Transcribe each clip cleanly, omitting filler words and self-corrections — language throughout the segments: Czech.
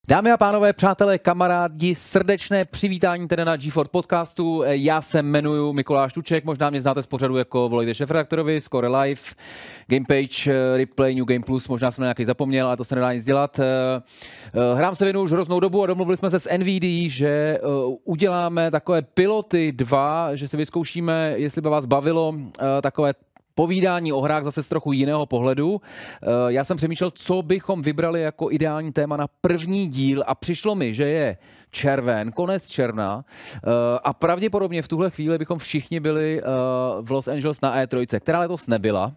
Dámy a pánové, přátelé, kamarádi, srdečné přivítání tedy na GeForce podcastu. Já se jmenuji Mikuláš Tuček, možná mě znáte z pořadu jako Volejte šéfredaktorovi, Score Live, Gamepage, Replay, New Game Plus, možná jsem na nějaký zapomněl, ale to se nedá nic dělat. Hrám se věnuju už hroznou dobu a domluvili jsme se s NVIDIí, že uděláme takové piloty 2, že si vyzkoušíme, jestli by vás bavilo takové povídání o hrách zase z trochu jiného pohledu. Já jsem přemýšlel, co bychom vybrali jako ideální téma na první díl a přišlo mi, že je červen, konec června a pravděpodobně v tuhle chvíli bychom všichni byli v Los Angeles na E3, která letos nebyla.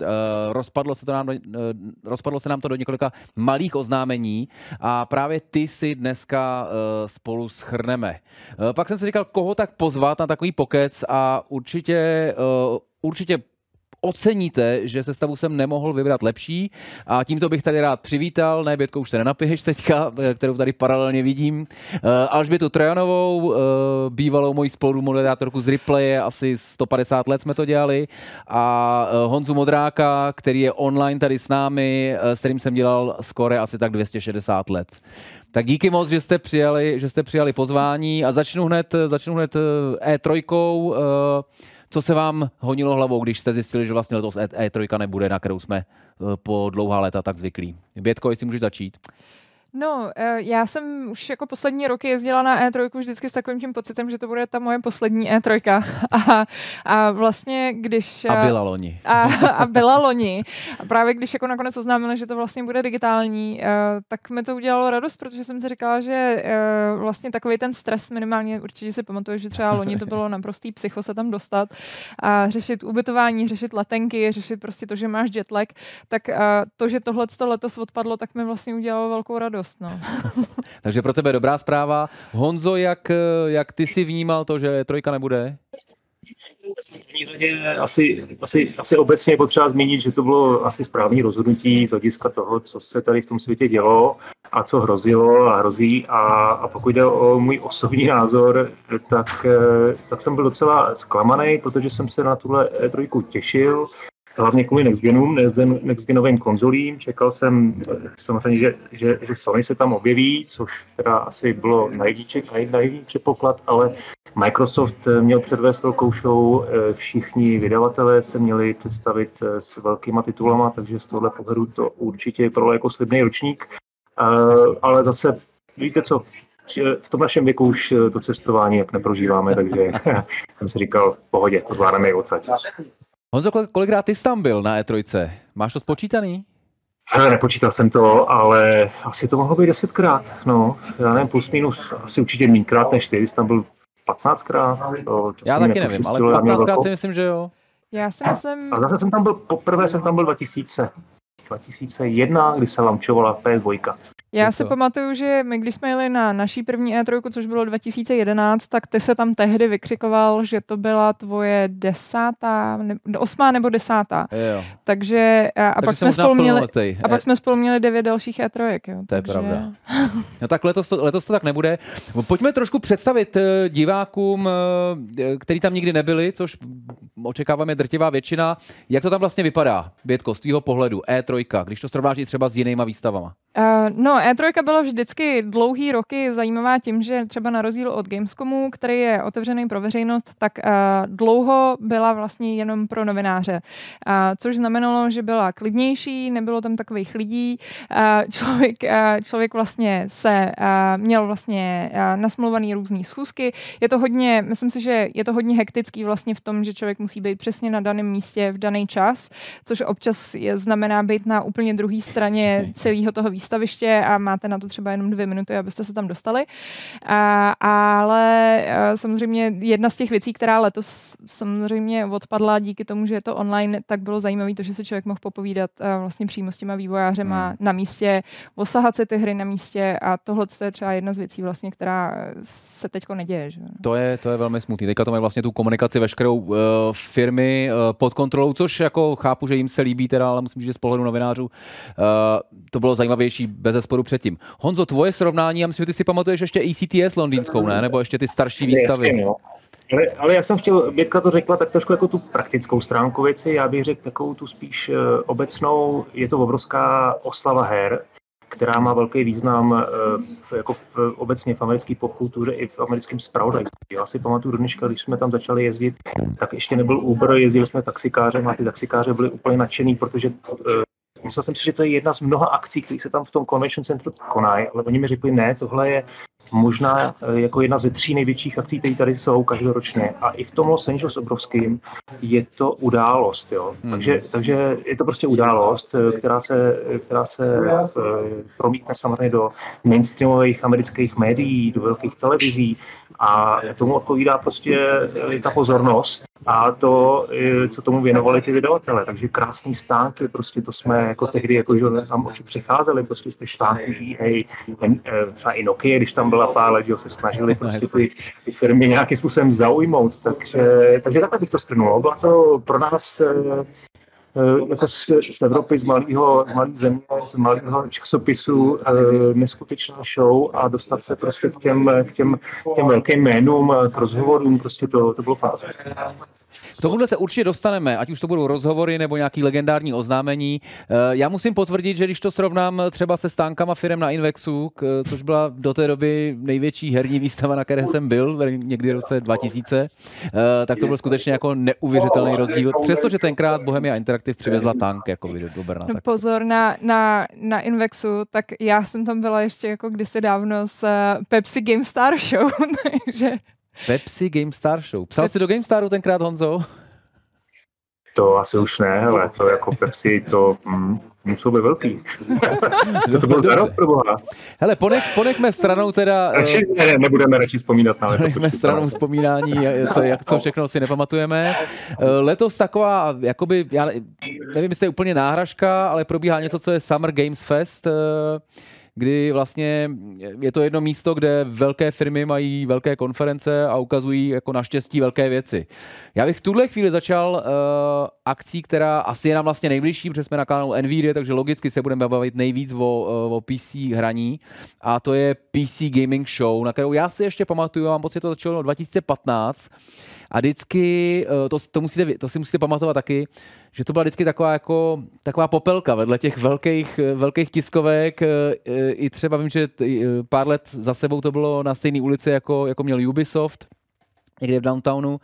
Rozpadlo se nám to do několika malých oznámení a právě ty si dneska spolu shrneme. Pak jsem si říkal, koho tak pozvat na takový pokec a určitě oceníte, že sestavu jsem nemohl vybrat lepší a tímto bych tady rád přivítal, ne Bětko, už se nenapiješ teďka, kterou tady paralelně vidím, Alžbětu Trojanovou, bývalou moji spolumoderátorku z Replaye, asi 150 let jsme to dělali, a Honzu Modráka, který je online tady s námi, s kterým jsem dělal skoro asi tak 260 let. Tak díky moc, že jste přijali pozvání a začnu hned E3. Co se vám honilo hlavou, když jste zjistili, že vlastně letos E3 nebude, na kterou jsme po dlouhá léta tak zvyklí? Bětko, jestli můžeš začít. No, já jsem už jako poslední roky jezdila na E3 vždycky s takovým tím pocitem, že to bude ta moje poslední E3. A vlastně když... A byla loni. A byla loni. A právě když jako nakonec oznámili, že to vlastně bude digitální, tak mi to udělalo radost, protože jsem si říkala, že vlastně takový ten stres minimálně, určitě si pamatuju, že třeba loni to bylo naprostý psycho se tam dostat a řešit ubytování, řešit letenky, řešit prostě to, že máš jetlag, tak to, že tohleto letos odpadlo, tak mi vlastně udělalo velkou radost. No. Takže pro tebe dobrá zpráva. Honzo, jak ty si vnímal to, že trojka nebude? Asi obecně je potřeba zmínit, že to bylo asi správné rozhodnutí z hlediska toho, co se tady v tom světě dělo a co hrozilo a hrozí. A pokud jde o můj osobní názor, tak jsem byl docela zklamaný, protože jsem se na tuhle E3 těšil. Hlavně kvůli nextgenovým konzolím. Čekal jsem samozřejmě, že Sony se tam objeví, což teda asi bylo naivní předpoklad, ale Microsoft měl předvést velkou show, všichni vydavatelé se měli představit s velkýma titulama, takže z tohle pohledu to určitě vypadalo jako slibný ročník. Ale zase, víte co, v tom našem věku už to cestování jak neprožíváme, takže jsem si říkal, v pohodě, to zvládneme i odsaď. Honzo, kolikrát ty jsi tam byl na E3? Máš to spočítaný? Nepočítal jsem to, ale asi to mohlo být 10krát. No, já nevím, plus minus, asi určitě mínkrát než ty, jsi tam byl 15krát. Já taky nevím, ale 15krát si myslím, že jo. Já si myslím... A zase poprvé jsem tam byl 2001, kdy se launchovala PS2. Já si pamatuju, že my, když jsme jeli na naší první E3, což bylo 2011, tak ty se tam tehdy vykřikoval, že to byla tvoje 8. nebo 10. Jo. Takže pak jsme spolu měli 9 dalších E3. Jo, to je pravda. No tak letos to tak nebude. Pojďme trošku představit divákům, kteří tam nikdy nebyli, což očekáváme drtivá většina. Jak to tam vlastně vypadá, Bětko, z tvýho pohledu E3, když to srovnáš i třeba s jinýma výstavama? No, E3 byla vždycky dlouhý roky zajímavá tím, že třeba na rozdíl od Gamescomu, který je otevřený pro veřejnost, tak dlouho byla vlastně jenom pro novináře. Což znamenalo, že byla klidnější, nebylo tam takových lidí. Člověk vlastně měl vlastně nasmluvaný různý schůzky. Je to hodně, myslím si, že je to hodně hektický vlastně v tom, že člověk musí být přesně na daném místě v daný čas, což občas znamená být na úplně druhé straně celého toho výstaviště a máte na to třeba jenom 2 minuty, abyste se tam dostali. Ale samozřejmě jedna z těch věcí, která letos samozřejmě odpadla díky tomu, že je to online, tak bylo zajímavé to, že se člověk mohl popovídat vlastně přímo s těma vývojářema na místě, osahat si ty hry na místě a tohle je třeba jedna z věcí vlastně, která se teďko neděje. Že? To je velmi smutný. Teďka to mají vlastně tu komunikaci veškerou firmy pod kontrolou, což jako chápu, že jim se líbí teda, ale musím říct, že z pohledu novinářů to bylo zajímavější bezesporu předtím. Honzo, tvoje srovnání, já myslím, že ty si pamatuješ ještě ECTS londýnskou, ne? Nebo ještě ty starší výstavy. Jasně, no. Ale já jsem chtěl, Bětka to řekla tak trošku jako tu praktickou stránku věci, já bych řekl takovou tu spíš obecnou, je to obrovská oslava her, která má velký význam jako obecně v americké popkultuře i v americkém zpravodajství. Já si pamatuju do dneška, když jsme tam začali jezdit, tak ještě nebyl Uber, jezdili jsme taxikářem a ty taxikáře byli úplně nadšený, protože myslel jsem si, že to je jedna z mnoha akcí, které se tam v tom convention centru konají, ale oni mi řekli, ne, tohle je možná jako jedna ze 3 největších akcí, které tady jsou každoročně. A i v tom Los Angeles obrovským je to událost. Jo. Takže je to prostě událost, která se promítne samozřejmě do mainstreamových amerických médií, do velkých televizí a tomu odpovídá prostě ta pozornost a to, co tomu věnovali ty vydavatele. Takže krásný stánky, prostě to jsme jako tehdy, jako, že tam oči přecházeli prostě z těch stánků EA, třeba i Nokia, když tam byla pár let, že se snažili prostě ty firmy nějakým způsobem zaujmout. Takže takhle bych to shrnul. Byla to pro nás jako z Evropy, z malého země, z malého časopisu neskutečná show a dostat se prostě k těm velkým jménům, k rozhovorům, prostě to bylo fantastické. K tomuhle se určitě dostaneme, ať už to budou rozhovory nebo nějaký legendární oznámení. Já musím potvrdit, že když to srovnám třeba se stánkama firem na Invexu, což byla do té doby největší herní výstava, na které jsem byl, někdy v roce 2000, tak to byl skutečně jako neuvěřitelný rozdíl. Přestože tenkrát Bohemia Interactive přivezla tank jako do Brna. No pozor, na Invexu, tak já jsem tam byla ještě jako kdysi dávno s Pepsi GameStar Show, takže... Pepsi GameStar Show. Psal jsi do GameStaru tenkrát, Honzo? To asi už ne, hele, to jako Pepsi, to muselo být velký. Co to bylo za rok, proboha? Hele, ponechme stranou teda... Nebudeme radši vzpomínat na leto. Ponechme stranou vzpomínání, co všechno si nepamatujeme. Letos taková, jakoby, já nevím, jestli je úplně náhražka, ale probíhá něco, co je Summer Games Fest, kdy vlastně je to jedno místo, kde velké firmy mají velké konference a ukazují jako naštěstí velké věci. Já bych v tuhle chvíli začal akcí, která asi je nám vlastně nejbližší, protože jsme na kanálu Nvidia, takže logicky se budeme bavit nejvíc o PC hraní a to je PC Gaming Show, na kterou já si ještě pamatuju, mám pocit, to začalo 2015 a vždycky, to si musíte pamatovat taky, že to byla vždycky taková popelka vedle těch velkých tiskovek. I třeba vím, že pár let za sebou to bylo na stejné ulici, jako měl Ubisoft, někde v downtownu,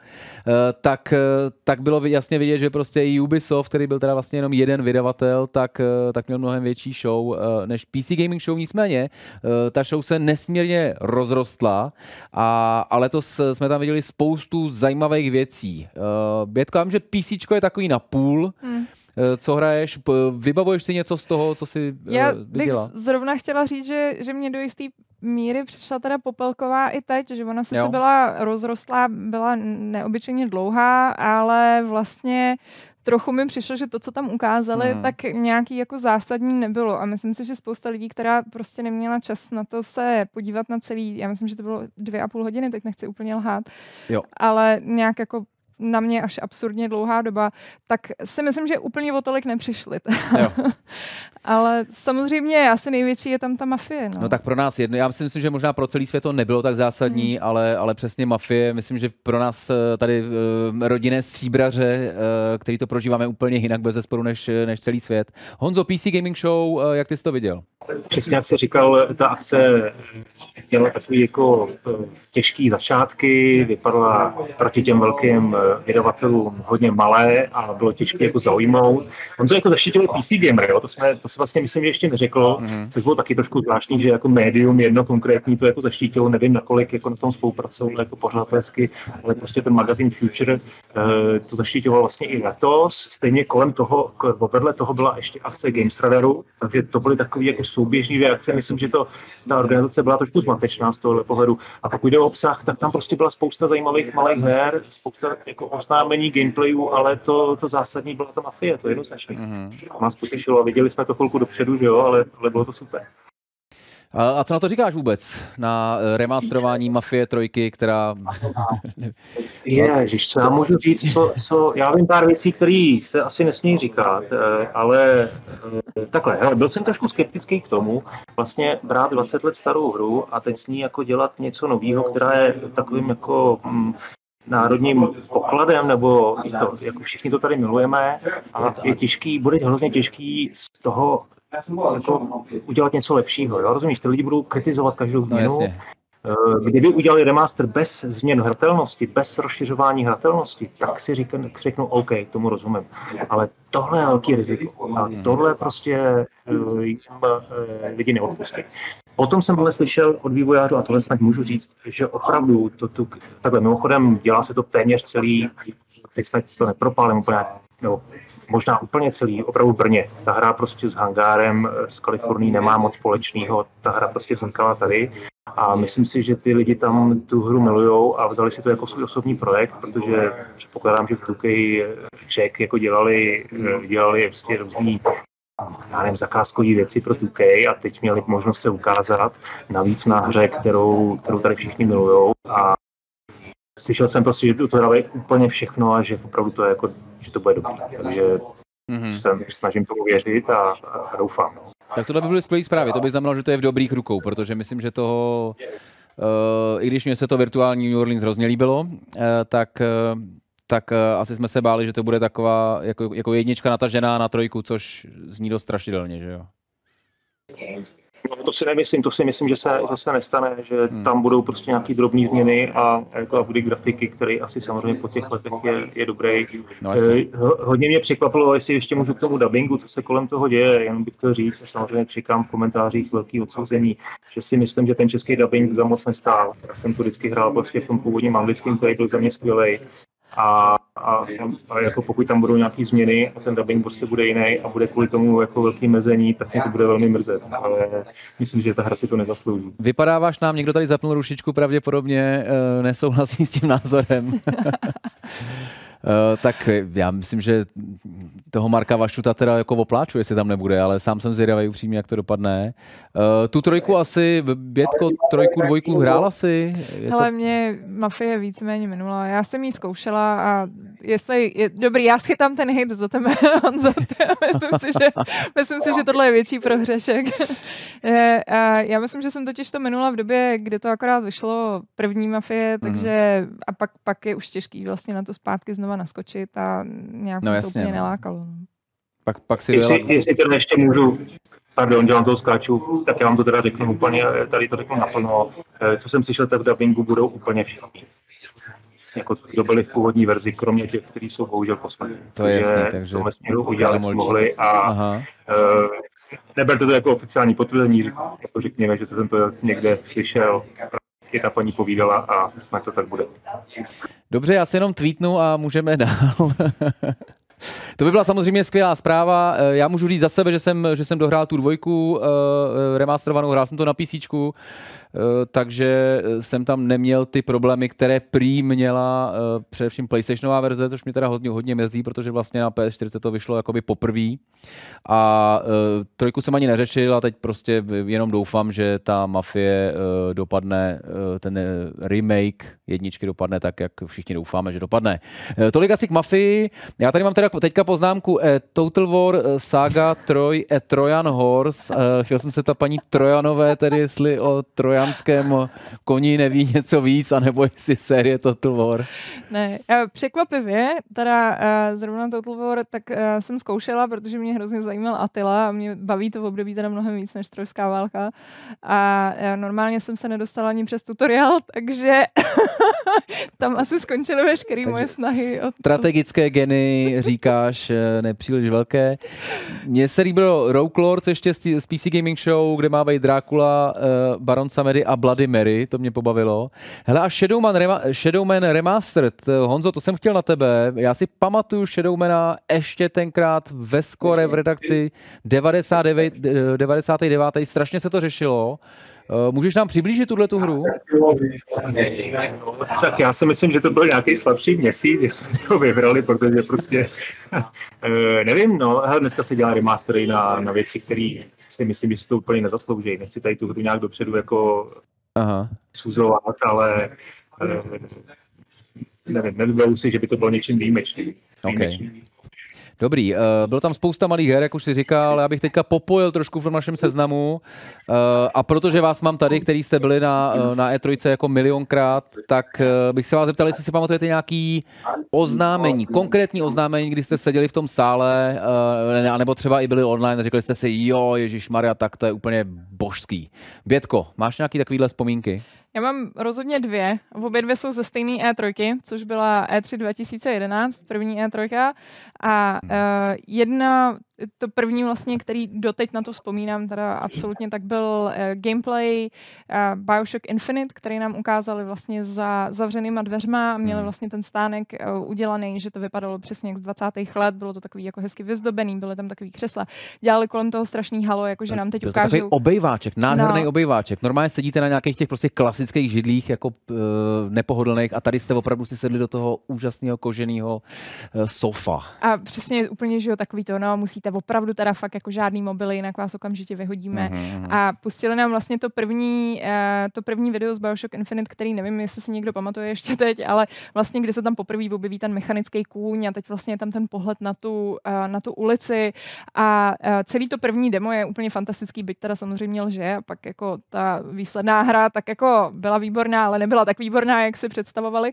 tak bylo jasně vidět, že prostě i Ubisoft, který byl teda vlastně jenom jeden vydavatel, tak měl mnohem větší show než PC Gaming Show. Nicméně ta show se nesmírně rozrostla a letos jsme tam viděli spoustu zajímavých věcí. Bětko, já vím, že PCčko je takový na půl. Co hraješ? Vybavuješ si něco z toho, co jsi viděla? Já bych zrovna chtěla říct, že mě do jistý míry přišla teda popelková i teď, že ona sice byla rozrostlá, byla neobyčejně dlouhá, ale vlastně trochu mi přišlo, že to, co tam ukázali, tak nějaký jako zásadní nebylo. A myslím si, že spousta lidí, která prostě neměla čas na to se podívat na celý, já myslím, že to bylo 2,5 hodiny, teď nechci úplně lhát, ale nějak jako na mě až absurdně dlouhá doba, tak si myslím, že úplně o tolik nepřišli. Ale samozřejmě asi největší je tam ta mafie. No tak pro nás jedno. Já si myslím, že možná pro celý svět to nebylo tak zásadní, ale přesně mafie. Myslím, že pro nás tady rodinné stříbraře, který to prožíváme úplně jinak bezesporu než celý svět. Honzo, PC Gaming Show, jak ty jsi to viděl? Přesně jak jsi říkal, ta akce měla takový jako těžký začátky, vypadala proti těm velkým vydavatelům hodně malé a bylo těžké jako zaujmout. On to jako zaštiťoval PC Gamer, jo? To si vlastně myslím, že ještě neřekl, což bylo taky trošku zvláštní, že jako médium jedno konkrétní to jako zaštítilo, nevím nakolik jako na tom spolupracovali jako pořadatelsky, ale prostě ten magazín Future to zaštiťoval vlastně i letos. Stejně kolem toho, vedle toho byla ještě akce Games Radaru, takže to byly takové jako souběžné dvě akce. Myslím, že ta organizace byla trošku zmatečná z tohohle pohledu. A pokud jde o obsah, tak tam prostě byla spousta zajímavých malých her, spousta jako oznámení gameplayů, ale to zásadní byla ta mafie, to jednoznačně. Nás potěšilo a viděli jsme to chvilku dopředu, že jo, ale bylo to super. A co na to říkáš vůbec? Na remasterování Mafie 3, která... Ježiš, co já můžu říct, co já vím pár věcí, které se asi nesmí říkat, ale takhle, hele, byl jsem trošku skeptický k tomu, vlastně brát 20 let starou hru a teď s ní jako dělat něco nového, která je takovým jako národním pokladem, nebo to, jako všichni to tady milujeme, a je těžký, bude hrozně těžký z toho jako udělat něco lepšího. Jo? Rozumíš, ty lidi budou kritizovat každou změnu. Jasně. Kdyby udělali remaster bez změn hratelnosti, bez rozšiřování hratelnosti, tak si řeknu OK, tomu rozumím. Ale tohle je velký riziko. A tohle prostě lidi neodpustí. Potom jsem ale slyšel od vývojářů, a tohle snad můžu říct, že opravdu takhle mimochodem dělá se to téměř celý, teď snad to nepropálím úplně, nebo možná úplně celý, opravdu v Brně. Ta hra prostě s hangárem z Kalifornie nemá moc společného, ta hra prostě vznikala tady. A myslím si, že ty lidi tam tu hru milujou a vzali si to jako svůj osobní projekt, protože předpokládám, že v 2K Czech jako dělali prostě různý, já nevím, zakázkový věci pro 2K a teď měli možnost se ukázat navíc na hře, kterou tady všichni milujou. A slyšel jsem prostě, že to dávají úplně všechno a že opravdu to je jako, že to bude dobrý. Takže se snažím tomu věřit a doufám. No. Tak tohle by byly skvělé zprávy. To by znamenalo, že to je v dobrých rukou, protože myslím, že toho, i když mě se to virtuální New Orleans hrozně líbilo, tak asi jsme se báli, že to bude taková jako jednička natažená na trojku, což zní dost strašidelně, že jo? No, to si myslím, že se nestane, že tam budou prostě nějaký drobné změny a bude grafiky, které asi samozřejmě po těch letech je dobrý. No, hodně mě překvapilo, jestli ještě můžu k tomu dabingu, co se kolem toho děje, jenom bych chtěl říct, a samozřejmě čekám v komentářích velký odsouzení, že si myslím, že ten český dabing za moc nestál. Já jsem to vždycky hrál prostě v tom původním anglickém, který byl za mě skvělej. A jako pokud tam budou nějaké změny a ten dubbing prostě bude jiný a bude kvůli tomu jako velký mezení, tak mě to bude velmi mrzet, ale myslím, že ta hra si to nezaslouží. Vypadáváš nám, někdo tady zapnul rušičku, pravděpodobně nesouhlasí s tím názorem. Tak já myslím, že toho Marka Vašuta teda jako opláču, jestli tam nebude, ale sám jsem zvědavý upřímně, jak to dopadne. Tu trojku asi, Bětko, trojku, dvojku hrál asi? Hele, mě Mafie víceméně minula. Já jsem jí zkoušela a jestli je dobrý, já schytám ten hate za tebe, Honzo. Myslím si, že tohle je větší prohřešek. Já myslím, že jsem totiž to minula v době, kdy to akorát vyšlo první Mafie, takže a pak je už těžký vlastně na to zpátky znovu naskočit a nějak to úplně nelákalo. Pak si jestli teda ještě můžu, pardon, dělám toho skáču, tak já vám to teda řeknu úplně, tady to řeknu naplno. Co jsem slyšel, tak v dubbingu budou úplně všichni. Jako kdo byli v původní verzi, kromě těch, kteří jsou bohužel poslední. To je jasný, takže to směru udělali, co mohli a neberte to jako oficiální potvrzení, jako řekněme, že to jsem to někde slyšel. Je ta paní povídala a snad to tak bude. Dobře, já si jenom tweetnu a můžeme dál. To by byla samozřejmě skvělá zpráva. Já můžu říct za sebe, že jsem dohrál tu dvojku remasterovanou, hrál jsem to na PCčku, takže jsem tam neměl ty problémy, které prý měla především PlayStationová verze, což mě teda hodně mrzí, protože vlastně na PS4 to vyšlo jakoby poprvé. A trojku jsem ani neřešil a teď prostě jenom doufám, že ta Mafie dopadne, ten remake jedničky dopadne tak, jak všichni doufáme, že dopadne. Tolik asi k Mafii. Já tady mám teda teďka poznámku Total War Saga Trojan Horse. Chtěl jsem se ta paní Trojanové, tedy jestli o trojanském koni neví něco víc, anebo jestli série Total War. Ne, překvapivě, teda zrovna Total War, tak jsem zkoušela, protože mě hrozně zajímal Attila a mě baví to v období teda mnohem víc než Trojská válka. A normálně jsem se nedostala ani přes tutoriál, takže tam asi skončily veškeré moje snahy. Strategické geny, říkáš, nepříliš velké. Mně se líbilo Rogue Lords ještě z PC Gaming Show, kde má být Drácula, Baron Samedi a Bloody Mary, to mě pobavilo. Hele, a Shadowman Remastered, Honzo, to jsem chtěl na tebe. Já si pamatuju Shadowmana ještě tenkrát ve Score v redakci 99. Strašně se to řešilo. Můžeš nám přiblížit tuhletu hru? Tak já si myslím, že to byl nějaký slabší měsíc, že jsme to vybrali, protože prostě nevím, no, dneska se dělá remastery na věci, které si myslím, že si to úplně nezaslouží. Nechci tady tu hru nějak dopředu jako suzovat, ale nevím, nevybavu si, že by to bylo něčím výjimečným. Okay. Dobrý, bylo tam spousta malých her, jak už si říkal, ale já bych teďka popojil trošku v našem seznamu a protože vás mám tady, který jste byli na E3 jako milionkrát, tak bych se vás zeptal, jestli si pamatujete nějaký oznámení, konkrétní oznámení, kdy jste seděli v tom sále, anebo třeba i byli online a řekli jste si, jo, ježišmarja, tak to je úplně božský. Bětko, máš nějaký takovýhle vzpomínky? Já mám rozhodně dvě. Obě dvě jsou ze stejné E3, což byla E3 2011, první E3. A jedna, to první vlastně, který doteď na to vzpomínám, teda absolutně, tak byl gameplay BioShock Infinite, který nám ukázali vlastně za zavřenýma dveřma a měli vlastně ten stánek udělaný, že to vypadalo přesně jak z 20. let, bylo to takový jako hezky vyzdobený, byly tam takový křesla. Dělali kolem toho strašný halo, jakože nám teď ukážou. Takový obejváček, nádherný obejváček. Normálně sedíte na nějakých těch prostě klasických židlích jako nepohodlných a tady jste opravdu si sedli do toho úžasného koženého sofa. A přesně úplně, že jo, takový to, no, musíte opravdu teda fakt jako žádný mobily, jinak vás okamžitě vyhodíme. A pustili nám vlastně to první video z BioShock Infinite, který nevím, jestli si někdo pamatuje ještě teď, ale vlastně, kdy se tam poprvé objeví ten mechanický kůň a teď vlastně je tam ten pohled na tu ulici a celý to první demo je úplně fantastický, byť teda samozřejmě lže a pak jako ta výsledná hra tak jako byla výborná, ale nebyla tak výborná, jak si představovali.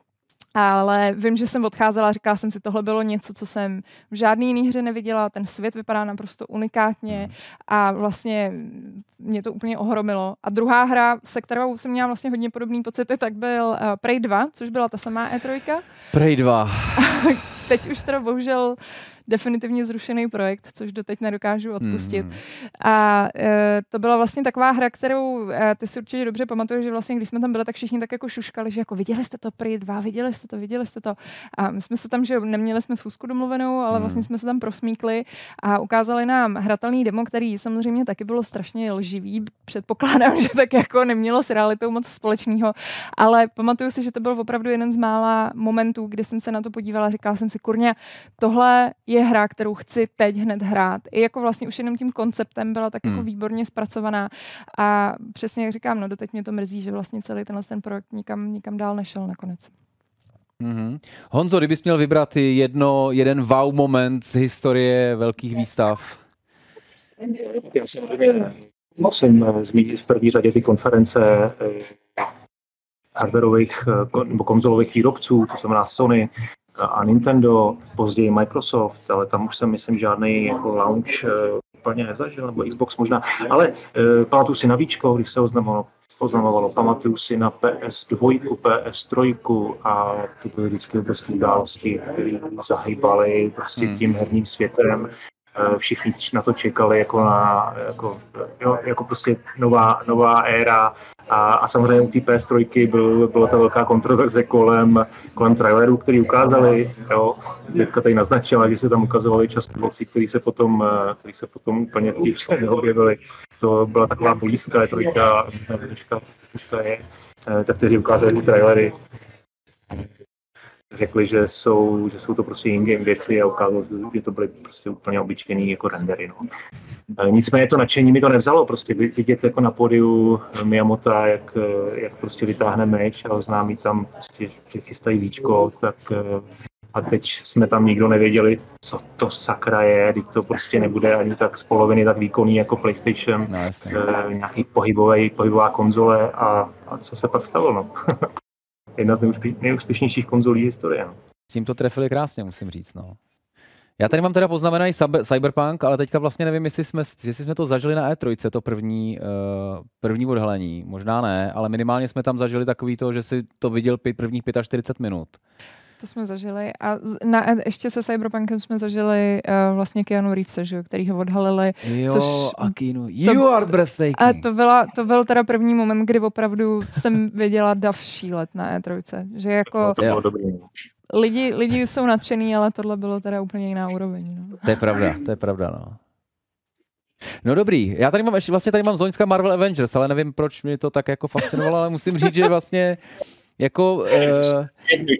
Ale vím, že jsem odcházela a říkala jsem si, tohle bylo něco, co jsem v žádné jiné hře neviděla, ten svět vypadá naprosto unikátně a vlastně mě to úplně ohromilo. A druhá hra, se kterou jsem měla vlastně hodně podobný pocity, tak byl Prey 2, což byla ta samá E3. Prey 2. Teď už teda bohužel definitivně zrušený projekt, což doteď nedokážu odpustit. A to byla vlastně taková hra, kterou ty si určitě dobře pamatuješ, že vlastně, když jsme tam byli, tak všichni tak jako šuškali, že jako viděli jste to Prey 2, viděli jste to. A my jsme se tam, že neměli jsme schůzku domluvenou, ale vlastně jsme se tam prosmíkli a ukázali nám hratelný demo, který samozřejmě taky bylo strašně lživý. Předpokládám, že tak jako nemělo s realitou moc společného, ale pamatuju si, že to byl opravdu jeden z mála momentů, kdy jsem se na to podívala a říkala jsem si, kurňa, tohle je hra, kterou chci teď hned hrát. I jako vlastně už jenom tím konceptem byla tak jako výborně zpracovaná a přesně jak říkám, no doteď mě to mrzí, že vlastně celý ten projekt nikam dál nešel nakonec. Honzo, kdybys měl vybrat jeden wow moment z historie velkých výstav? Já musím zmínit v první řadě ty konference hardwarových nebo konzolových výrobců, to znamená Sony a Nintendo, později Microsoft, ale tam už jsem, myslím, žádný jako launch úplně nezažil, nebo Xbox možná, ale pamatuju si na víčko, když se oznamovalo, pamatuju si na PS2, PS3 a to byly vždycky prostě události, které zahýbaly prostě tím herním světem. Všichni na to čekali jako prostě nová éra a samozřejmě u té PS3 byla ta velká kontroverze kolem trailerů, který ukázali. Dětka tady naznačila, že se tam ukazovaly často věci, které se potom úplně neobjevily. To byla taková bolístka, trojka je, tak tehdy ukázali ty trailery. Řekli, že jsou to prostě in-game věci a ukázalo, že to byly prostě úplně obyčejný jako rendery. No. Nicméně to nadšení mi to nevzalo, prostě vidět jako na pódiu Miyamota, jak prostě vytáhne meč a oznámí tam, prostě, že chystají víčko, tak a teď jsme tam nikdo nevěděli, co to sakra je, teď to prostě nebude ani tak z poloviny tak výkonný jako PlayStation, nějaký pohybová konzole a co se pak stalo, no. Jedna z nejúspěšnějších konzolí historie. S tím to trefili krásně, musím říct. No. Já tady mám teda poznamenaný Cyberpunk, ale teďka vlastně nevím, jestli jsme to zažili na E3, to první odhalení. Možná ne, ale minimálně jsme tam zažili takový to, že si to viděl prvních 45 minut. To jsme zažili a ještě se Cyberpunkem jsme zažili vlastně Keanu Reevese, že, který ho odhalili. Jo, a Keanu, you are breathtaking. A to byl teda první moment, kdy opravdu jsem viděla dav šílet na E3, že jako to bylo dobrý. Lidi jsou nadšený, ale tohle bylo teda úplně jiná úroveň. No. To je pravda, no. No dobrý, já tady mám z loňska Marvel Avengers, ale nevím, proč mě to tak jako fascinovalo, ale musím říct, že vlastně jako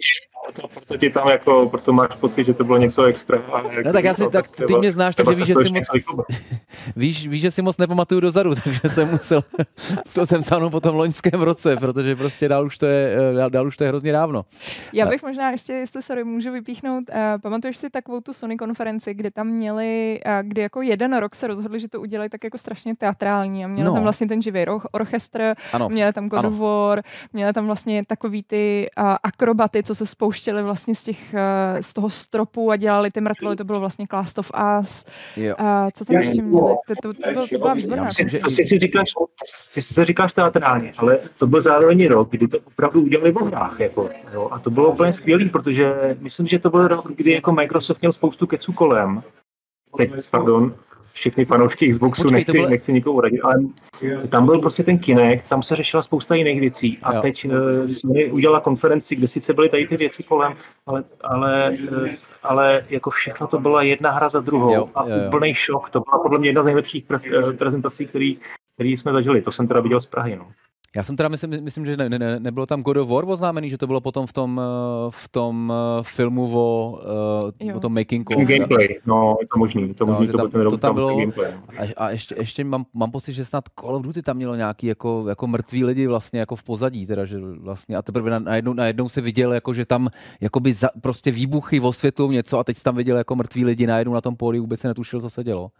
proto ti tam jako, proto máš pocit, že to bylo něco extra. No tak ty mě znáš, takže víš, že si moc nepamatuju dozadu, takže jsem musel sáhnout po tom loňském roce, protože prostě dál už to je hrozně dávno. Já bych možná ještě, jestli můžu vypíchnout, pamatuješ si takovou tu Sony konferenci, kde tam měli, kdy jako jeden rok se rozhodli, že to udělají tak jako strašně teatrální a měli tam vlastně ten živý orchestr, měli tam God of War, měli tam vlastně takový ty akrobaty, co se spouštěli vlastně z toho stropu a dělali ty mrtvoly, to bylo vlastně Last of Us. Co tam ještě měli? To byla výborná. Ty si říkáš teatrálně, ale to byl zároveň rok, kdy to opravdu udělali v hrách. Jako, jo, a to bylo úplně skvělý, protože myslím, že to byl rok, kdy jako Microsoft měl spoustu keců kolem. Teď, všechny fanoušky Xboxu, nechci nikoho uradit, ale tam byl prostě ten Kinect, tam se řešila spousta jiných věcí a teď Sony udělala konferenci, kde sice byly tady ty věci kolem, ale jako všechno to byla jedna hra za druhou a úplný šok, to byla podle mě jedna z nejlepších prezentací, který jsme zažili, to jsem teda viděl z Prahy. No. Já jsem teda myslím, že nebylo tam God of War oznámený, že to bylo potom v tom filmu o tom making of. Gameplay, no, je to možný, to tam bylo. A ještě mám pocit, že snad Call of Duty tam mělo nějaký jako mrtví lidi vlastně jako v pozadí, teda, že vlastně a teprve najednou se viděl, jako, že tam jakoby prostě výbuchy osvětlou něco a teď jsi tam viděl jako mrtví lidi najednou na tom pódiu, vůbec se netušil, co se dělo.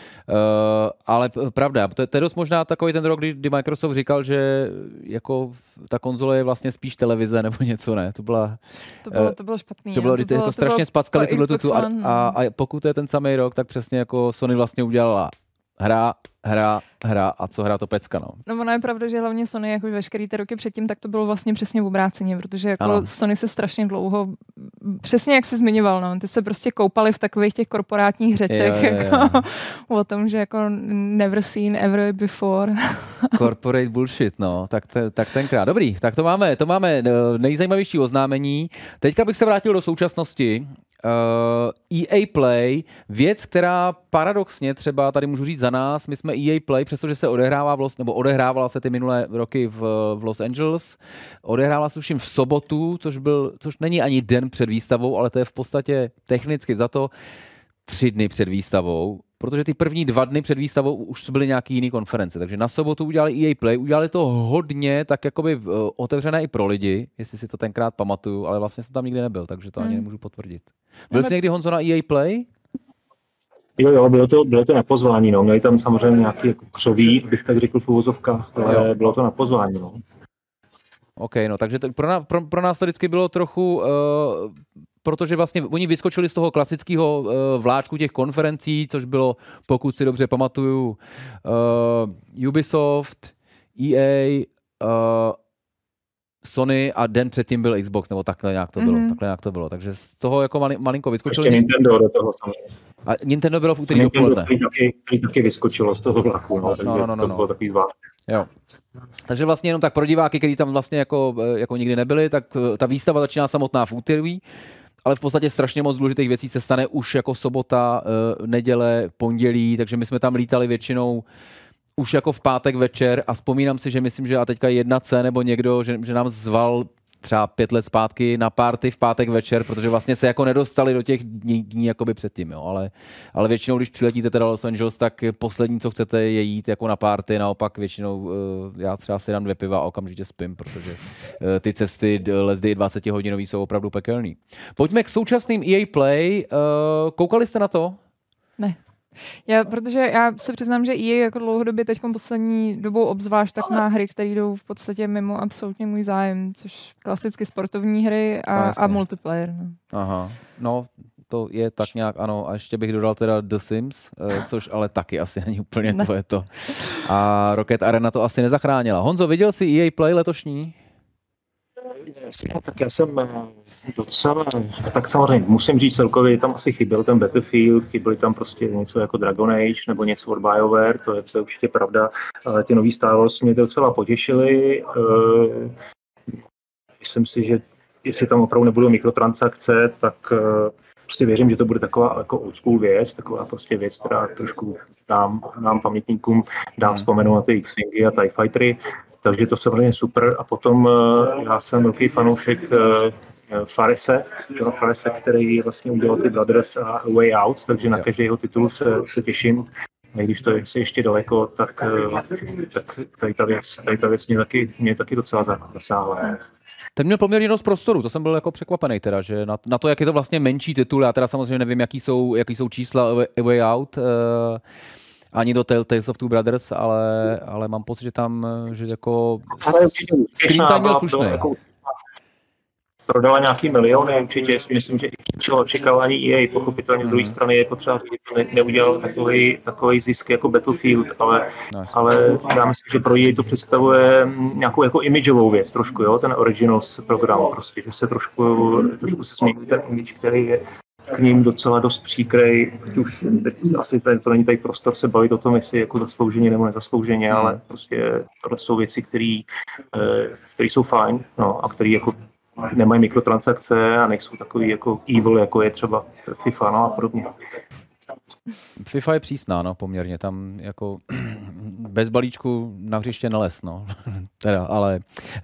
Ale pravda, to je dost možná takový ten rok, kdy Microsoft říkal, že jako ta konzole je vlastně spíš televize nebo něco, ne? To bylo špatný. To bylo jako strašně spackali tuhletu a pokud to je ten samý rok, tak přesně jako Sony vlastně udělala hra a co hra to pecka, no. No ono je pravda, že hlavně Sony jako veškerý ty roky předtím, tak to bylo vlastně přesně v obráceně, protože jako Sony se strašně dlouho, přesně jak jsi zmiňoval, no, ty se prostě koupali v takových těch korporátních řečech, jako o tom, že jako never seen ever before. Corporate bullshit, no, tak tenkrát. Dobrý, tak to máme nejzajímavější oznámení. Teďka bych se vrátil do současnosti. EA Play, věc, která paradoxně třeba, tady můžu říct za nás, my jsme EA Play, přestože se odehrávala se ty minulé roky v Los Angeles, odehrávala se už v sobotu, což není ani den před výstavou, ale to je v podstatě technicky za to 3 dny před výstavou, protože ty první 2 dny před výstavou už byly nějaký jiný konference, takže na sobotu udělali EA Play, udělali to hodně tak jakoby otevřené i pro lidi, jestli si to tenkrát pamatuju, ale vlastně jsem tam nikdy nebyl, takže to ani nemůžu potvrdit. Byl jsi někdy, Honzo, na EA Play? Jo, bylo to na pozvání, no. Měli tam samozřejmě nějaký jako křoví, abych tak řekl v uvozovkách, ale bylo to na pozvání, no. OK, no, takže pro nás to vždycky bylo trochu, protože vlastně oni vyskočili z toho klasického vláčku těch konferencí, což bylo, pokud si dobře pamatuju, Ubisoft, EA, Sony a den předtím byl Xbox, nebo takhle nějak to bylo. Takže z toho jako malinko vyskočili. Ještě Nintendo do toho samozřejmě. A Nintendo bylo v úterý dopoledne. Taky vyskočilo z toho vlaku, no, takže to bylo takový zvláštní. Jo. Takže vlastně jenom tak pro diváky, kteří tam vlastně jako nikdy nebyli, tak ta výstava začíná samotná v úterý, ale v podstatě strašně moc důležitých věcí se stane už jako sobota, neděle, pondělí, takže my jsme tam lítali většinou už jako v pátek večer a vzpomínám si, že myslím, že a teďka 1C nebo někdo, že nám zval třeba 5 let zpátky na party v pátek večer, protože vlastně se jako nedostali do těch dní jakoby předtím, jo, ale většinou, když přiletíte teda Los Angeles, tak poslední, co chcete, je jít jako na party, naopak většinou já třeba si dám 2 piva a okamžitě spím, protože ty cesty lezdy 20-hodinový jsou opravdu pekelný. Pojďme k současným EA Play. Koukali jste na to? Ne. Protože já se přiznám, že EA jako dlouhodobě teď poslední dobou obzvlášť tak má hry, které jdou v podstatě mimo absolutně můj zájem, což klasicky sportovní hry a multiplayer. No. Aha, no to je tak nějak, ano. A ještě bych dodal teda The Sims, což ale taky asi není úplně tvoje to. A Rocket Arena to asi nezachránila. Honzo, viděl jsi EA Play letošní? Tak já jsem docela, tak samozřejmě musím říct celkově, tam asi chyběl ten Battlefield, chyběly tam prostě něco jako Dragon Age nebo něco od BioWare, to je určitě pravda, ale ty nový Star Wars mě docela potěšily. Myslím si, že jestli tam opravdu nebudou mikrotransakce, tak prostě věřím, že to bude taková jako old school věc, taková prostě věc, která trošku nám pamětníkům dám vzpomenout na ty X-Wingy a TIE Fightery. Takže to samozřejmě super. A potom já jsem velký fanoušek Johna Farese, který vlastně udělal ty Brothers a Way Out, takže na každý jeho titul se těším. A když to je ještě daleko, tak tady ta věc mě taky docela zasáhla. Ten měl poměrně dost prostoru, to jsem byl jako překvapený teda, že na to, jak je to vlastně menší titul, já teda samozřejmě nevím, jaký jsou čísla Way Out, ani do Tales of Two Brothers, ale mám pocit, že tam, že jako screen time měl slušný. Prodala nějaký miliony, určitě myslím, že očekávání EA, pochopitelně z druhé strany je potřeba, že neudělal takový zisk jako Battlefield, ale já myslím, že pro EA to představuje nějakou jako imageovou věc trošku, jo, ten Originals program prostě, že se trošku se změní ten image, který je k ním docela dost příkrej, už asi to není tady prostor se bavit o tom, jestli jako zaslouženě nebo nezaslouženě, ale prostě tohle jsou věci, které jsou fajn, no, a které jako nemají mikrotransakce a nejsou takový jako evil, jako je třeba FIFA, no a podobně. FIFA je přísná, no, poměrně, tam jako bez balíčku na hřiště nelez, no, teda, ale...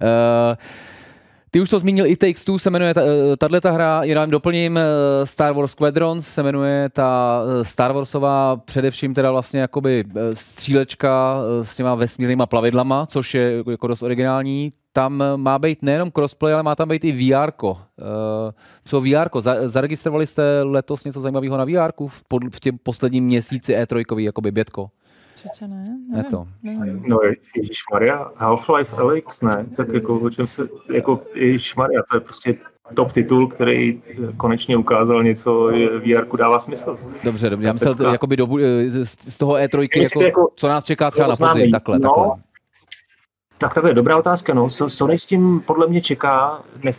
Ty už to zmínil, i Takes Two se jmenuje tato hra, jenom doplním, Star Wars Squadrons se jmenuje ta Star Warsová především teda vlastně jakoby střílečka s těma vesmírnýma plavidlama, což je jako dost originální. Tam má být nejenom crossplay, ale má tam být i VR-ko. Co VR-ko? Zaregistrovali jste letos něco zajímavého na VR-ku v těm posledním měsíci E3, jakoby bětko? Ne to. No ježišmarja, Half-Life Alyx, ne, tak jako o čem se, jako ježišmarja, to je prostě top titul, který konečně ukázal něco, VR-ku dává smysl. Dobře, já myslel jakoby z toho E3, jako, co nás čeká třeba na podzim, takhle. Tak takhle, dobrá otázka, no. Sony s tím podle mě čeká,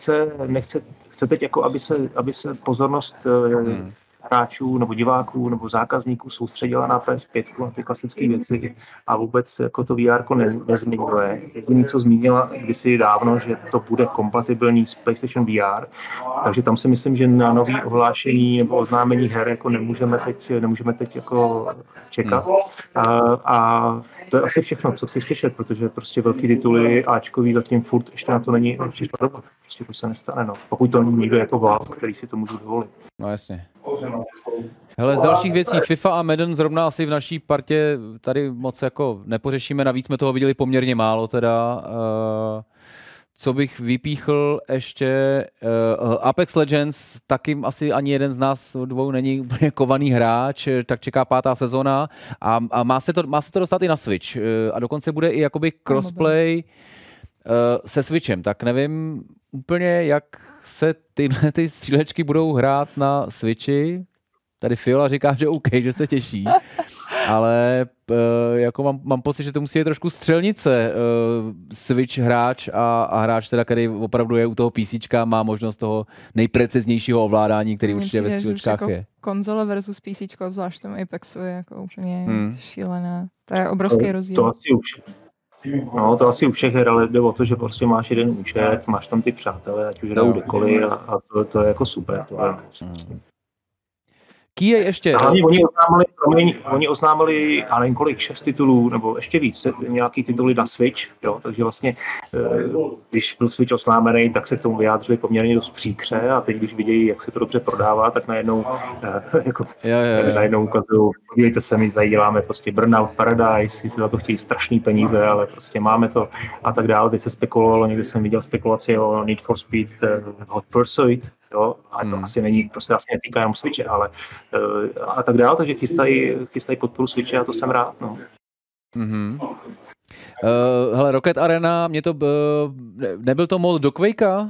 chce teď jako, aby se pozornost hráčů nebo diváků nebo zákazníků soustředila na PS5, na ty klasické věci a vůbec jako to VR nezmiňuje. Jediné, co zmínila kdysi dávno, že to bude kompatibilní s PlayStation VR, takže tam si myslím, že na nový ohlášení nebo oznámení her jako nemůžeme teď jako čekat. A to je asi všechno, co chci slyšet, protože prostě velký tituly Ačkový zatím furt ještě na to není přišla doba. Prostě to se nestane, no. Pokud to není někdo jako Valve, který si to může dovolit. No jasně. Hele, z dalších věcí FIFA a Madden zrovna asi v naší partě tady moc jako nepořešíme, navíc jsme toho viděli poměrně málo teda. Co bych vypíchl ještě, Apex Legends, taky asi ani jeden z nás dvou není úplně kovaný hráč, tak čeká 5. sezona a má se to dostat i na Switch a dokonce bude i jakoby crossplay se Switchem, tak nevím úplně, jak se ty střílečky budou hrát na Switchi. Tady Fiola říká, že OK, že se těší, ale jako mám pocit, že to musí být trošku střelnice Switch hráč a hráč teda, který opravdu je u toho PCčka, má možnost toho nejpreciznějšího ovládání, který určitě ve střílečkách jako je. Konzole versus PCčko, zvlášť v tom Apexu, je jako úplně šílená. To je obrovský rozdíl. To asi u všech her, ale jde o to, že prostě máš jeden účet, máš tam ty přátelé, ať už hrajou kdekoliv a to je jako super. Kýje ještě... Hlavně oni oznámili, ale několik 6 titulů, nebo ještě víc, nějaký tituly na Switch, jo, takže vlastně, když byl Switch oznámený, tak se k tomu vyjádřili poměrně dost příkře a teď, když vidějí, jak se to dobře prodává, tak najednou ukazují, podívejte se, my tady děláme prostě Burnout Paradise, si za to chtějí strašný peníze, ale prostě máme to a tak dále. Teď se spekulovalo, někdy jsem viděl spekulaci o Need for Speed Hot Pursuit, jo, ale to asi není, to se asi netýká jenom Switche, ale a tak dále, takže chystají podporu Switche a to jsem rád, no. Hele, Rocket Arena, nebyl to mod do Quakea?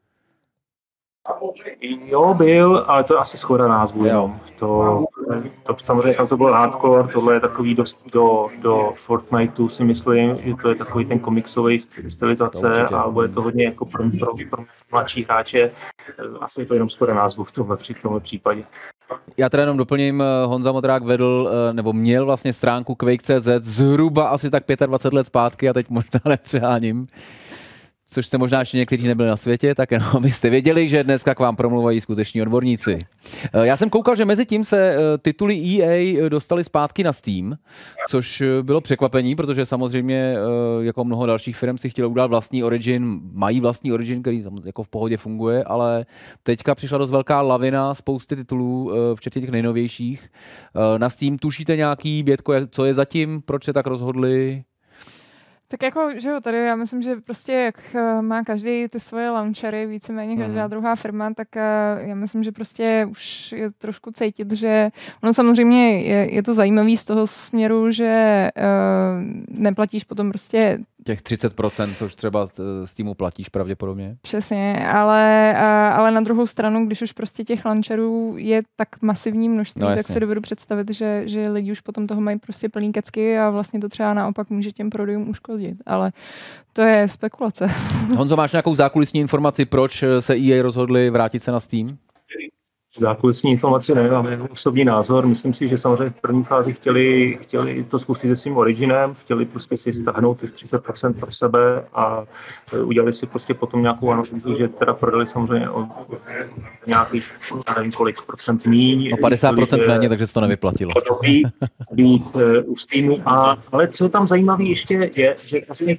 Jo, byl, ale to je asi schoda názvu, jenom. To samozřejmě tam to bylo hardcore, tohle je takový dost do Fortniteu, si myslím, že to je takový ten komiksový stylizace a bude to hodně jako pro mladší hráče. Asi je to jenom schoda názvu v tomhle případě. Já teda jenom doplním, Honza Modrák vedl, nebo měl vlastně stránku Quake.cz zhruba asi tak 25 let zpátky a teď možná nepřeháním. což jste možná ještě někteří nebyli na světě, tak jenom abyste věděli, že dneska k vám promluvají skuteční odborníci. Já jsem koukal, že mezi tím se tituly EA dostaly zpátky na Steam, což bylo překvapení, protože samozřejmě jako mnoho dalších firm si chtělo udělat vlastní Origin, mají vlastní Origin, který jako v pohodě funguje, ale teďka přišla dost velká lavina spousty titulů, včetně těch nejnovějších. Na Steam tušíte nějaký, Bětko, co je zatím, proč se tak rozhodli? Tak jako, že jo, tady já myslím, že prostě jak má každý ty svoje launchery, víceméně každá druhá firma, tak já myslím, že prostě už je trošku cítit, že ono samozřejmě je to zajímavý z toho směru, že neplatíš potom prostě těch 30%, což třeba z týmu platíš pravděpodobně. Přesně, ale na druhou stranu, když už prostě těch launcherů je tak masivní množství, tak si dovedu představit, že lidi už potom toho mají prostě plný kecky a vlastně to třeba naopak může těm prodejům uškodit. Ale to je spekulace. Honzo, máš nějakou zákulisní informaci, proč se EA rozhodli vrátit se na Steam? Zákulisní informaci nemám, mám osobní názor. Myslím si, že samozřejmě v první fázi chtěli to zkusit se svým Originem, chtěli prostě si stáhnout těch 30% pro sebe a udělali si prostě potom nějakou analýzu, že teda prodali samozřejmě o nějakých, nevím kolik procent míň. O 50% méně, takže se to nevyplatilo. Být u Steamu. Ale co tam zajímavé ještě je, že vlastně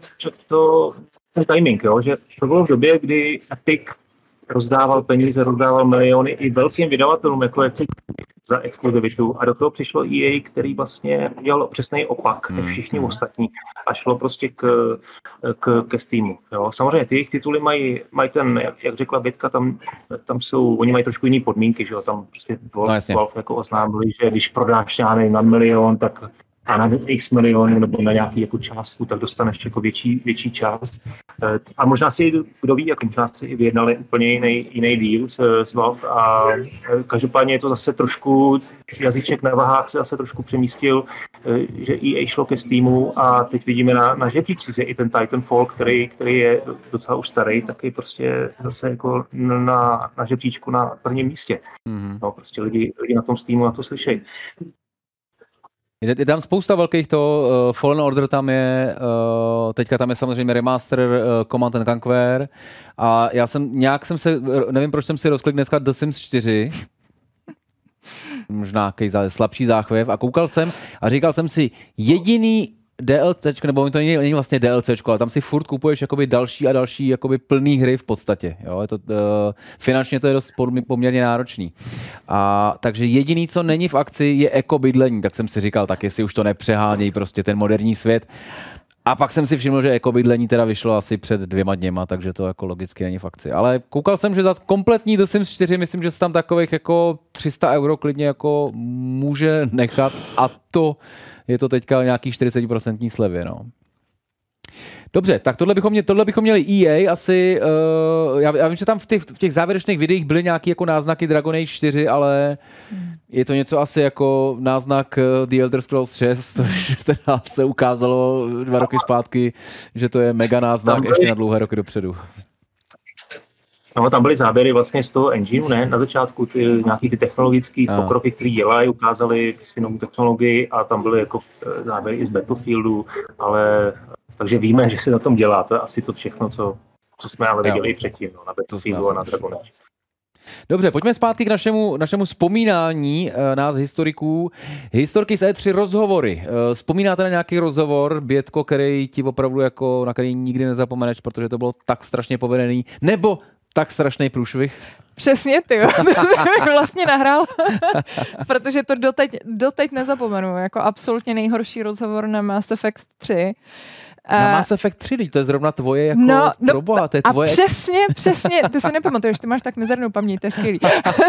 ten timing, jo, že to bylo v době, kdy Epic rozdával peníze, rozdával miliony i velkým vydavatelům, jako je za exkluzivitu. A do toho přišlo EA, který vlastně dělal přesný opak než všichni ostatní a šlo prostě ke Steamu. Jo. Samozřejmě ty jejich tituly mají ten, jak řekla Bětka, tam jsou, oni mají trošku jiné podmínky, že jo, tam prostě Valve jako oznámili, že když prodáš na milion, tak a na x milionů nebo na nějaký jako částku, tak dostaneš jako větší část. A možná si, kdo ví, jako možná si vyjednali úplně jiný deal s Valve a každopádně je to zase trošku, jazyček na vahách se zase trošku přemístil, že EA šlo ke Steamu a teď vidíme na žebříčci, že i ten Titanfall, který je docela už starý, tak je prostě zase jako na žebříčku na prvním místě. No, prostě lidi na tom Steamu na to slyšejí. Je tam spousta velkých Fallen Order tam je, teďka tam je samozřejmě remaster Command & Conquer a nevím, proč jsem si rozklikl dneska The Sims 4, možná nějaký slabší záchvěv a koukal jsem a říkal jsem si, jediný DLCčko, nebo to není vlastně DLCčko, ale tam si furt kupuješ jakoby další a další jakoby plný hry v podstatě. Jo? Je to, finančně to je dost poměrně náročný. Takže jediný, co není v akci, je ekobydlení. Tak jsem si říkal, tak jestli už to nepřehánějí prostě ten moderní svět. A pak jsem si všiml, že ekobydlení teda vyšlo asi před 2 dněma, takže to jako logicky není v akci. Ale koukal jsem, že za kompletní The Sims 4 myslím, že se tam takových jako 300 € klidně jako může nechat a to je to teďka nějaký 40% slevy, no. Dobře, tak tohle bychom měli EA asi, já vím, že tam v těch závěrečných videích byly nějaké jako náznaky Dragon Age 4, ale je to něco asi jako náznak The Elder Scrolls 6, což teda se ukázalo 2 roky zpátky, že to je mega náznak ještě na dlouhé roky dopředu. No, tam byly záběry vlastně z toho engineu, ne? Na začátku nějaký ty technologické pokroky, které dělají, ukázali svou novou technologii a tam byly jako záběry i z Battlefieldu, ale takže víme, že se na tom dělá. To je asi to všechno, co jsme ale viděli předtím, no, na Battlefieldu a na Dragon Age. Dobře, pojďme zpátky k našemu vzpomínání nás historiků. Historky z E3 rozhovory. Vzpomínáte na nějaký rozhovor, Bětko, který ti opravdu jako, na který nikdy nezapomeneš, protože to bylo tak strašně povedený, nebo tak strašný průšvih? Přesně, ty. To jsem vlastně nahrál, protože to doteď nezapomenu. Jako absolutně nejhorší rozhovor na Mass Effect 3. Na Mass Effect 3, to je zrovna tvoje jako proboha, to je tvoje... A přesně, ty si nepamatuješ, ty máš tak mizernou paměť, to je skvělý.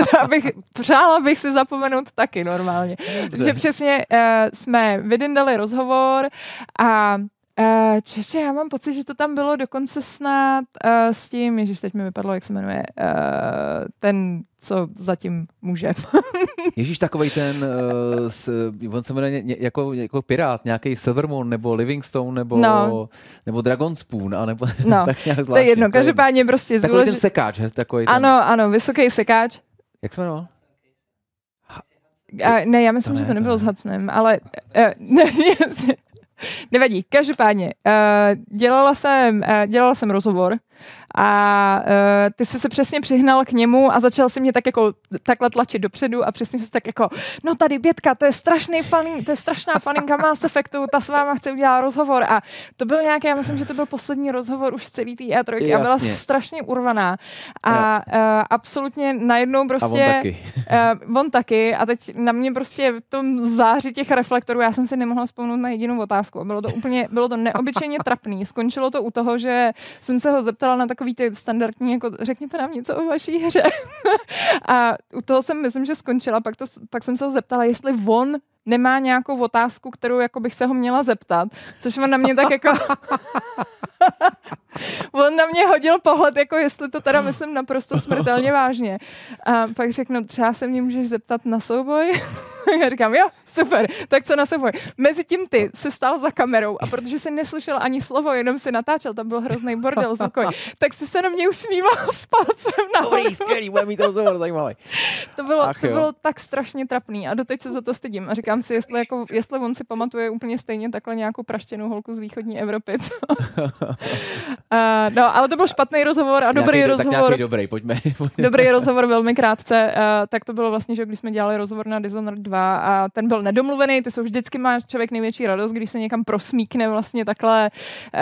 Přála bych si zapomenout taky normálně. Takže přesně jsme vydindali rozhovor a já mám pocit, že to tam bylo dokonce snad s tím, ježiš, teď mi vypadlo, jak se jmenuje, ten, co zatím může. Ježíš, takovej ten, on se jmenuje jako pirát, nějaký Silvermoon, nebo Livingstone, nebo Dragonspoon, a nebo tak nějak zvláštně. To je jedno, každopádně prostě takový ten sekáč, takový ten... Ano, vysoký sekáč. Jak se jmenoval? Ne, já myslím, že to nebylo s Hudsonem, ale Nevadí, každopádně. Dělala jsem rozhovor a ty jsi se přesně přihnal k němu a začal si mě tak jako takhle tlačit dopředu a přesně si tak jako, no tady Bětka, to je strašná faninka Mass Effectu, ta s váma chce udělat rozhovor a to byl nějaký, já myslím, že to byl poslední rozhovor už z celý té E3 a byla strašně urvaná a absolutně najednou prostě on taky a teď na mě prostě v tom záři těch reflektorů já jsem si nemohla vzpomenout na jedinou otázku a bylo to neobyčejně trapný. Skončilo to u toho, že jsem se ho zeptala na takový ty standardní, jako řekněte nám něco o vaší hře. A u toho jsem myslím, že skončila, pak jsem se ho zeptala, jestli on nemá nějakou otázku, kterou jako bych se ho měla zeptat, což on na mě tak jako on na mě hodil pohled, jako jestli to teda myslím naprosto smrtelně vážně. A pak řeknu, třeba se mě můžeš zeptat na souboj? Já říkám, jo, super, tak co na souboj? Mezitím ty jsi stál za kamerou a protože jsi neslyšel ani slovo, jenom si natáčel, tam byl hrozný bordel zvukový, tak jsi se na mě usmíval s palcem nahoru. Dobrý, skvělý, bude mít rozhovor, zajímavý. To bylo tak strašně trapný a doteď se za to stydím a říkám si, jestli on si pamatuje úplně stejně takhle nějakou praštěnou holku z východní Evropy. No, ale to byl špatný rozhovor a dobrý rozhovor. Pojďme. Dobrý rozhovor velmi krátce. Tak to bylo vlastně, že když jsme dělali rozhovor na Dishonored 2 a ten byl nedomluvený, ty jsou vždycky má člověk největší radost, když se někam prosmíkne vlastně takhle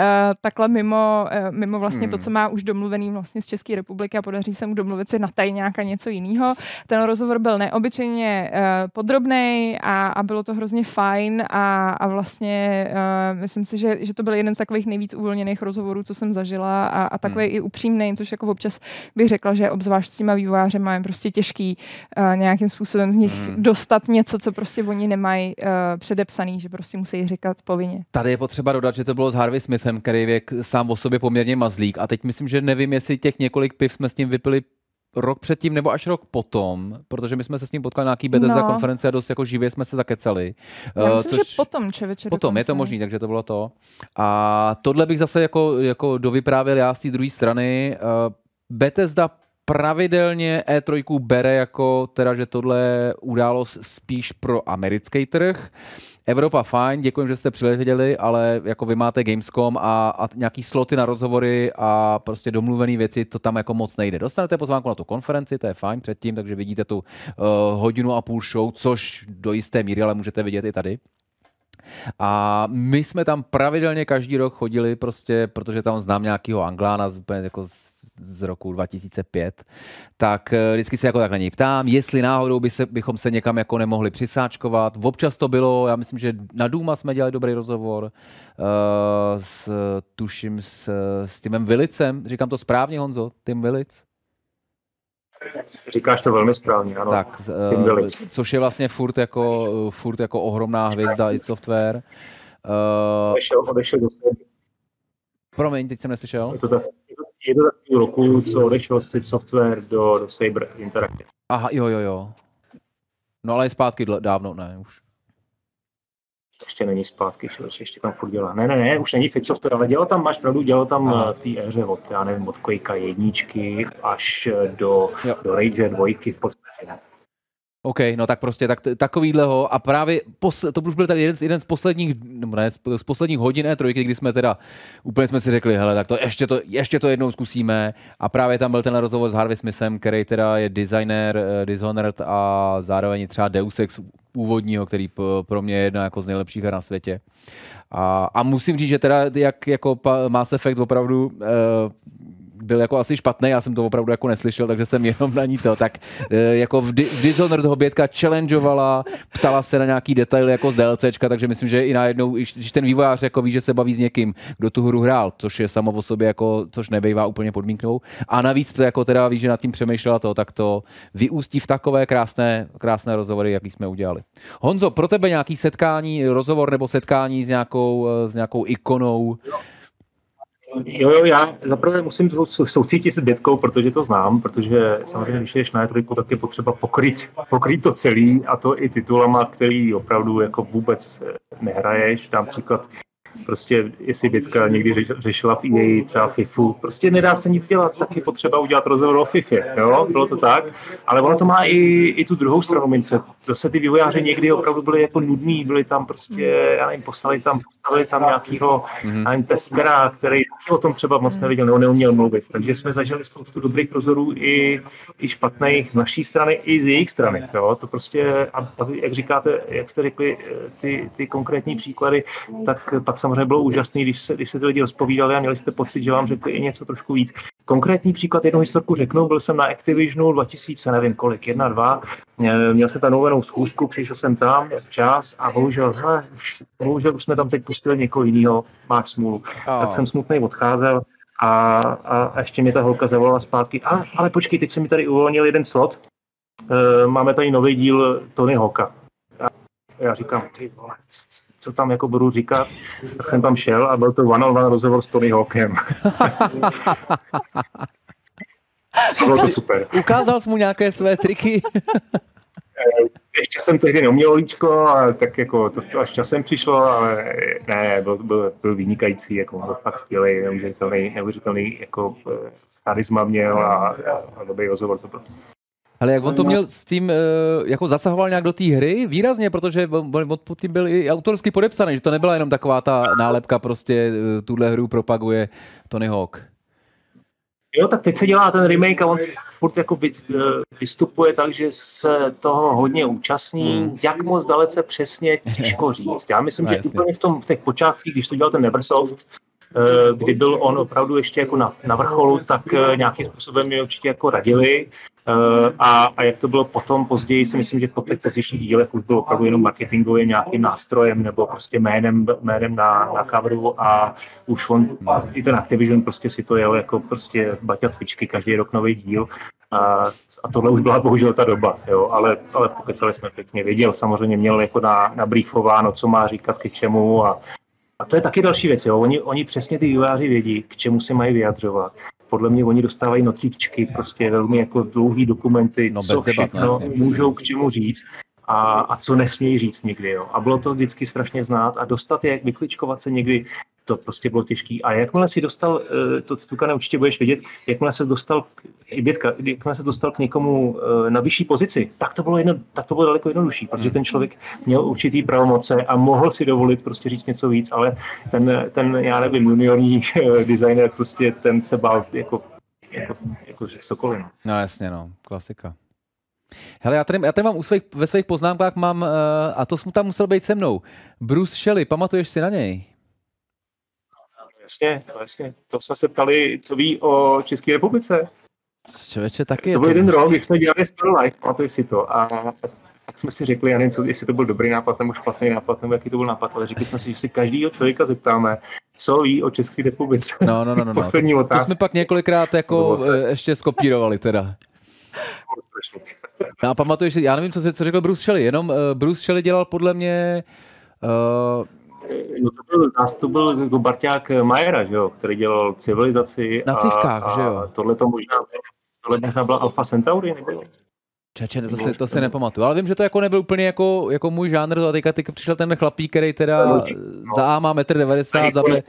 mimo vlastně to, co má už domluvený vlastně z České republiky a podaří se mu domluvit si na tajňák a něco jiného. Ten rozhovor byl neobyčejně podrobný a bylo to hrozně fajn a vlastně myslím si, že to byl jeden z takových nejvíc uvolněných rozhovorů, co jsem zažila a takový i upřímný, což jako občas bych řekla, že obzvlášť s těma vývojářema je prostě těžký nějakým způsobem z nich dostat něco, co prostě oni nemají předepsaný, že prostě musí říkat povinně. Tady je potřeba dodat, že to bylo s Harvey Smithem, který je sám o sobě poměrně mazlík a teď myslím, že nevím, jestli těch několik piv jsme s ním vypili rok předtím nebo až rok potom, protože my jsme se s ním potkali na nějaký Bethesda konferenci a dost jako živě jsme se zakecali. Já myslím, že potom, čeveče. Potom, je to možný, takže to bylo to. A tohle bych zase jako dovyprávěl já z té druhé strany. Bethesda pravidelně E3 bere jako teda, že tohle je událost spíš pro americký trh. Evropa fajn, děkuji, že jste přiletěli, ale jako vy máte Gamescom a nějaký sloty na rozhovory a prostě domluvené věci, to tam jako moc nejde. Dostanete pozvánku na tu konferenci, to je fajn předtím, takže vidíte tu hodinu a půl show, což do jisté míry, ale můžete vidět i tady. A my jsme tam pravidelně každý rok chodili prostě, protože tam znám nějakýho Anglána jako z roku 2005, tak vždycky se jako tak na něj ptám, jestli náhodou bychom se někam jako nemohli přisáčkovat. Občas to bylo, já myslím, že na Duma jsme dělali dobrý rozhovor tuším s Timem Villicem. Říkám to správně, Honzo? Tim Villic? Říkáš to velmi správně, ano. Tak, což je vlastně furt jako ohromná hvězda id Software. Odešel do sebe. Promiň, teď jsem neslyšel. Je to tak půl roku, co odešel id Software do Saber Interactive. Aha, jo. No ale je zpátky dávno, ne, už. Ještě není zpátky, ještě tam furt dělá. Ne, už není id Software, ale dělal tam v té éře od Quakea 1 až do Rage 2 v podstatě. OK, no tak prostě takovýhleho a právě to už byl tak jeden z posledních, z posledních hodin E3, kdy jsme teda úplně jsme si řekli, hele, tak to ještě to jednou zkusíme a právě tam byl ten rozhovor s Harvey Smithem, který teda je designer Dishonored a zároveň třeba Deus Ex původního, který pro mě je jedna jako z nejlepších her na světě. A musím říct, že teda jak jako Mass Effect opravdu byl jako asi špatný, já jsem to opravdu jako neslyšel, takže jsem jenom na ní to. Tak jako v Dishonored ho Bětka challengeovala, ptala se na nějaký detaily jako z DLCčka, takže myslím, že i najednou, když ten vývojář jako ví, že se baví s někým, kdo tu hru hrál, což je samo o sobě jako, což nebejvá úplně podmínkou. A navíc jako teda ví, že nad tím přemýšlela tak to vyústí v takové krásné rozhovory, jaký jsme udělali. Honzo, pro tebe nějaký rozhovor nebo setkání s nějakou ikonou? Jo, já zaprvé musím soucítit s Bětkou, protože to znám, protože samozřejmě, když jdeš na E3, tak je potřeba pokrýt to celý a to i titulama, který opravdu jako vůbec nehraješ. Dám příklad Prostě jestli Bětka někdy řešila v EA třeba FIFU, prostě nedá se nic dělat, taky potřeba udělat rozhovor o FIFA, jo, bylo to tak, ale ono to má i tu druhou stranu mince. Zase ty vývojáři někdy opravdu byli jako nudný, byli tam prostě, já nevím, postavili tam nějakýho testera, který o tom třeba moc nevěděl, nebo neuměl mluvit, takže jsme zažili spoustu dobrých rozhovorů i špatných z naší strany, i z jejich strany, jo, to prostě, a jak říkáte, jak jste řekli, ty konkrétní příklady, tak pak samozřejmě bylo úžasné, když se ty lidi rozpovídali a měli jste pocit, že vám řekli i něco trošku víc. Konkrétní příklad, jednu historku řeknu, byl jsem na Activisionu 2000, nevím kolik, 1, 2, měl jsem tam domluvenou schůzku, přišel jsem tam včas a bohužel už jsme tam teď pustili někoho jiného, máš smůlu. Tak jsem smutnej odcházel a ještě mě ta holka zavolala zpátky, ale počkej, teď se mi tady uvolnil jeden slot, máme tady nový díl Tony Hawka. Já říkám, ty vole, co tam jako budu říkat, tak jsem tam šel a byl to one-on-one rozhovor s Tony Hawkem. Bylo to super. Ukázal jsi mu nějaké své triky? Ještě jsem tehdy neuměl líčko, a tak jako to až časem přišlo, ale ne, byl vynikající, jako byl fakt skvělý, neuvěřitelný jako charisma měl a dobrý rozhovor to byl. Ale jak on to měl s tím, jako zasahoval nějak do té hry výrazně, protože on tím byl i autorsky podepsaný, že to nebyla jenom taková ta nálepka, prostě tuhle hru propaguje Tony Hawk. Jo, tak teď se dělá ten remake a on furt jako vystupuje tak, že se toho hodně účastní. Jak moc dalece přesně, těžko říct. Já myslím, že úplně v těch počátcích, když to dělal ten Neversoft, kdy byl on opravdu ještě jako na vrcholu, tak nějakým způsobem mě určitě jako radili. A jak to bylo potom později, si myslím, že po těch pozdějších dílech už bylo opravdu jenom marketingovým nějakým nástrojem nebo prostě jménem na coveru a už on, i ten Activision prostě si to jel jako prostě baťa cvičky, každý rok nový díl a tohle už byla bohužel ta doba, jo, ale pokecali jsme pěkně, věděl, samozřejmě měl jako nabriefováno, co má říkat k čemu a to je taky další věc, jo, oni přesně ty vývojáři vědí, k čemu se mají vyjadřovat. Podle mě oni dostávají notičky, prostě velmi jako dlouhý dokumenty, co všechno můžou k čemu říct a co nesmějí říct někdy. Jo. A bylo to vždycky strašně znát a dostat je, vykličkovat se někdy, to prostě bylo těžký. A jakmile si dostal, to Tukane určitě budeš vědět, jakmile se dostal k někomu na vyšší pozici, tak to bylo daleko jednodušší, protože ten člověk měl určitý pravomoce a mohl si dovolit prostě říct něco víc, ale ten já nevím, juniorní designer prostě ten se bál jako říct cokoliv. No jasně, no, klasika. Hele, já tady mám ve svých poznámkách mám, a to tam musel být se mnou, Bruce Shelley, pamatuješ si na něj? Jasně. To jsme se ptali, co ví o České republice. Člověče, taky to byl jeden rok, kdy jsme dělali Story Life, pamatuješ si to. A tak jsme si řekli, já nevím, jestli to byl dobrý nápad nebo špatný nápad, nebo jaký to byl nápad, ale řekli jsme si, že si každýho člověka zeptáme, co ví o České republice. No. Poslední otázka. To jsme pak několikrát jako ještě skopírovali teda. No a pamatuješ si, já nevím, co řekl Bruce Shelley, jenom Bruce Shelley dělal podle mě... No to byl jako Barťák Majera, že jo, který dělal Civilizaci. Na cívkách, že jo. Tohle možná byla Alpha Centauri, nebo? Čeče, to se nepamatuju, ale vím, že to jako nebyl úplně jako můj žánr, a teďka přišel ten chlapík, který teda za A má 1,90 m, za B...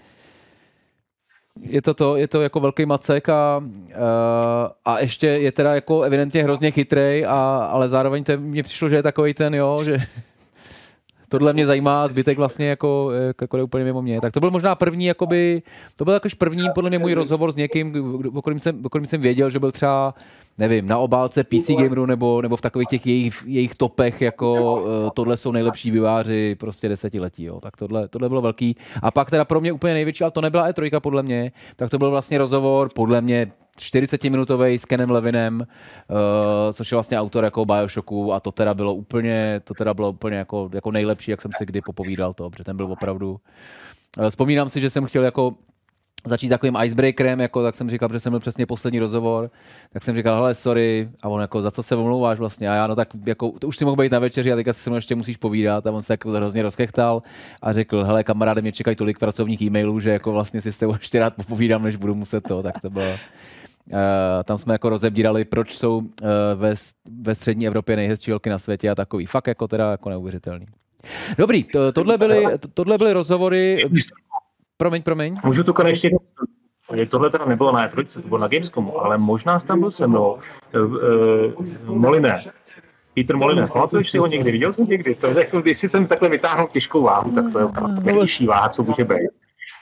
Je to jako velký macek a ještě je teda jako evidentně hrozně chytrej, ale zároveň mně přišlo, že je takovej ten, jo, že tohle mě zajímá, zbytek vlastně jako je úplně mimo mě. Tak to byl možná první, jakoby, to byl jakož první podle mě můj rozhovor s někým, o kterým jsem věděl, že byl třeba, nevím, na obálce PC Gameru nebo v takových těch jejich topech, jako tohle jsou nejlepší vývojáři prostě desetiletí, jo. Tak tohle bylo velký. A pak teda pro mě úplně největší, ale to nebyla E3 podle mě, tak to byl vlastně rozhovor podle mě 40-minutový s Kenem Levinem, což je vlastně autor jako BioShocku a to teda bylo úplně jako nejlepší, jak jsem si kdy popovídal to, protože ten byl opravdu... Vzpomínám si, že jsem chtěl jako začít takovým icebreakerem, jako, tak jsem říkal, že jsem byl přesně poslední rozhovor, tak jsem říkal, hele, sorry, a on jako, za co se omlouváš vlastně, a já, no tak jako, to už si mohl být na večeři a teďka si se mnou ještě musíš povídat, a on se tak hrozně rozchechtal a řekl, hele, kamaráde, mě čekají tolik pracovních e-mailů, že jako vlastně si s tebou ještě rád popovídám, než budu muset to, tak to bylo... tam jsme jako rozebírali, proč jsou ve střední Evropě nejhezčí holky na světě a takový. Fakt jako teda jako neuvěřitelný. Dobrý, tohle byly rozhovory... Promiň. Můžu to konečně... Tohle teda nebylo na E3, to bylo na Gamescomu, ale možná tam byl se mnou Molyneux. Peter Molyneux, pamatuješ si ho někdy? Viděl jsi ho někdy? To je jako, jestli jsem takhle vytáhnul těžkou váhu, tak to je nejvyšší váha, co může být.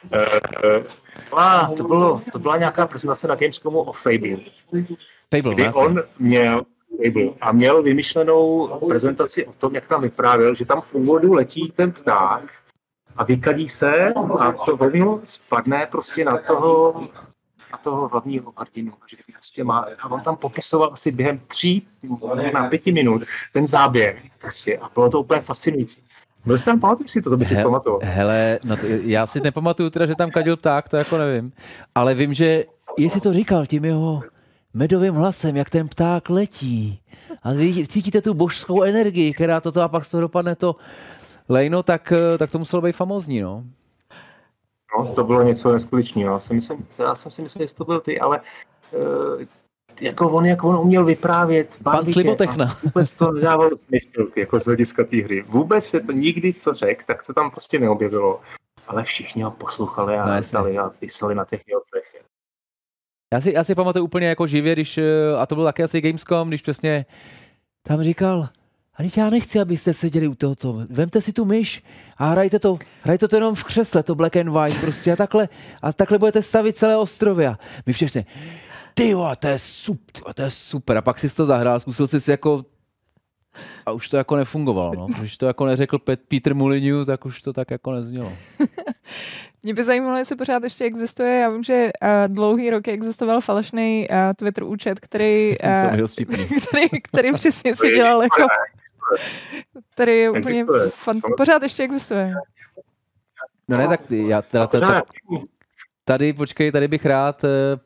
To byla nějaká prezentace na Gamescomu o Fable. Kdy on měl vymyšlenou prezentaci o tom, jak tam vyprávěl, že tam v úvodu letí ten pták a vykadí se a to vlnu spadne prostě na toho hlavního hrdinu. Prostě a on tam popisoval asi během 3 na 5 minut ten záběr. Prostě, a bylo to úplně fascinující. Byl jsi tam, pamatuješ si to by si zpamatoval? Hele, no já si nepamatuju teda, že tam kadil pták, to jako nevím. Ale vím, že jestli to říkal tím jeho medovým hlasem, jak ten pták letí. A vy cítíte tu božskou energii, která toto a pak z toho dopadne to lejno, tak to muselo být famózní, no. No, to bylo něco neskutečného. Já jsem si myslel, že to byl ty, ale jak on uměl vyprávět Pan Slibotechna. Vůbec to nedával smysl, jako z hlediska té hry. Vůbec se to nikdy, co řekl, tak to tam prostě neobjevilo. Ale všichni ho poslouchali a dali a písali na těch jeho trech. Já si pamatuju úplně jako živě, a to byl taky asi Gamescom, když přesně tam říkal, ani já nechci, abyste seděli u tohoto. Vemte si tu myš a hrajte to jenom v křesle, to black and white prostě a takhle budete stavit celé ostrovy. A my všichni, tyjo, to je super. A pak si to zahrál, zkusil si jako a už to jako nefungovalo. No. Když to jako neřekl Peter Molyneux, tak už to tak jako neznělo. Mě by zajímalo, jestli pořád ještě existuje. Já vím, že dlouhý roky existoval falešný Twitter účet, který přesně si dělal jako... Který úplně pořád ještě existuje. No ne, tak já tady bych rád,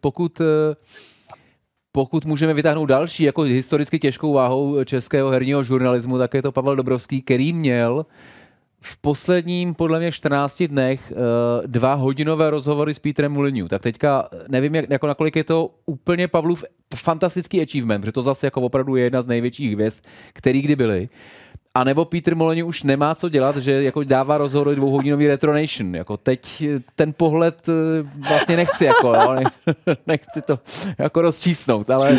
pokud můžeme vytáhnout další jako historicky těžkou váhou českého herního žurnalismu, tak je to Pavel Dobrovský, který měl v posledním, podle mě 14 dnech 2hodinové rozhovory s Petrem Molyneux. Tak teďka nevím, jako nakolik je to úplně Pavlův fantastický achievement, protože to zase jako opravdu je jedna z největších hvězd, který kdy byly. A nebo Peter Molyneux už nemá co dělat, že jako dává rozhovory 2hodinový Retro Nation. Jako teď ten pohled vlastně nechci, jako, nechci to jako rozčísnout, ale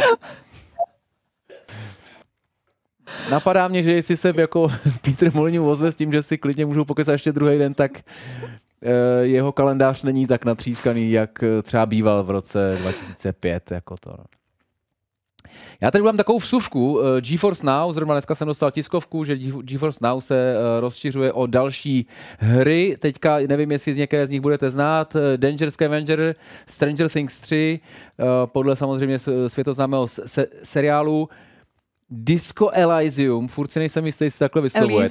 napadá mě, že jestli se jako Peter Molyneux ozve s tím, že si klidně můžou pokecat ještě druhý den, tak jeho kalendář není tak natřískaný, jak třeba býval v roce 2005. Jako to. Já tady mám takovou vsuvku. GeForce Now, zrovna dneska jsem dostal tiskovku, že GeForce Now se rozšiřuje o další hry. Teďka nevím, jestli z některé z nich budete znát. Danger Scavenger, Stranger Things 3, podle samozřejmě světoznámého seriálu. Disco Elysium, furt si nejsem jistý, jestli takhle vyslovuje.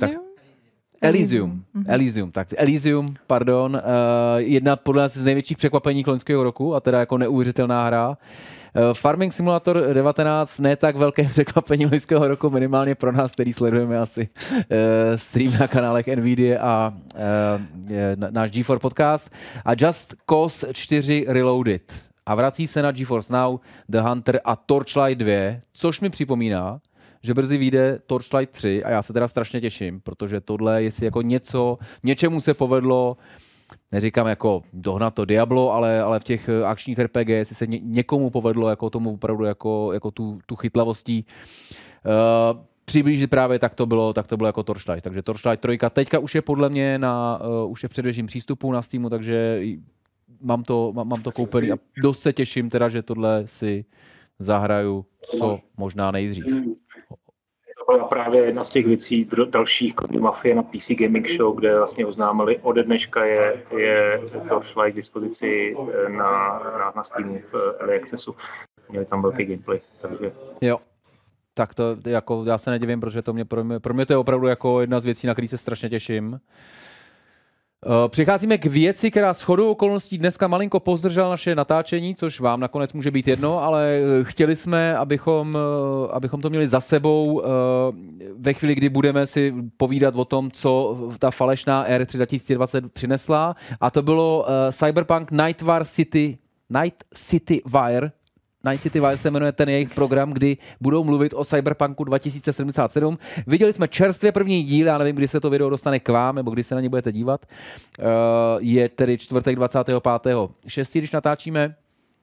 Elysium, pardon. Jedna podle nás z největších překvapení loňského roku a teda jako neuvěřitelná hra. Farming Simulator 19, ne tak velké překvapení loňského roku, minimálně pro nás, který sledujeme asi stream na kanálech NVIDIA a náš G4 podcast. A Just Cause 4 Reloaded. A vrací se na GeForce Now The Hunter a Torchlight 2, což mi připomíná, že brzy vyjde Torchlight 3 a já se teda strašně těším, protože tohle, jestli jako něčemu se povedlo, neříkám jako dohnat to Diablo, ale v těch akčních RPG, jestli se někomu povedlo jako tomu opravdu jako tu chytlavostí přiblížit právě, tak to bylo jako Torchlight. Takže Torchlight 3 teďka už je podle mě už je v předběžném přístupu na Steamu, takže mám to koupený a dost se těším teda, že tohle si zahraju co možná nejdřív. To byla právě jedna z těch věcí dalších Mafie na PC Gaming Show, kde vlastně oznámili, ode dneška je Torchlight k dispozici na Steamu v Early Accessu. Měli tam velký gameplay, takže... Jo, tak to jako já se nedivím, protože pro mě to je opravdu jako jedna z věcí, na který se strašně těším. Přicházíme k věci, která shodou okolností dneska malinko pozdržela naše natáčení, což vám nakonec může být jedno, ale chtěli jsme, abychom to měli za sebou ve chvíli, kdy budeme si povídat o tom, co ta falešná R3 2020 přinesla. A to bylo Cyberpunk Night City Wire, Night City Wire se jmenuje ten jejich program, kdy budou mluvit o Cyberpunku 2077. Viděli jsme čerstvě první díl, já nevím, kdy se to video dostane k vám, nebo kdy se na ně budete dívat. Je tedy čtvrtek 25.6., když natáčíme.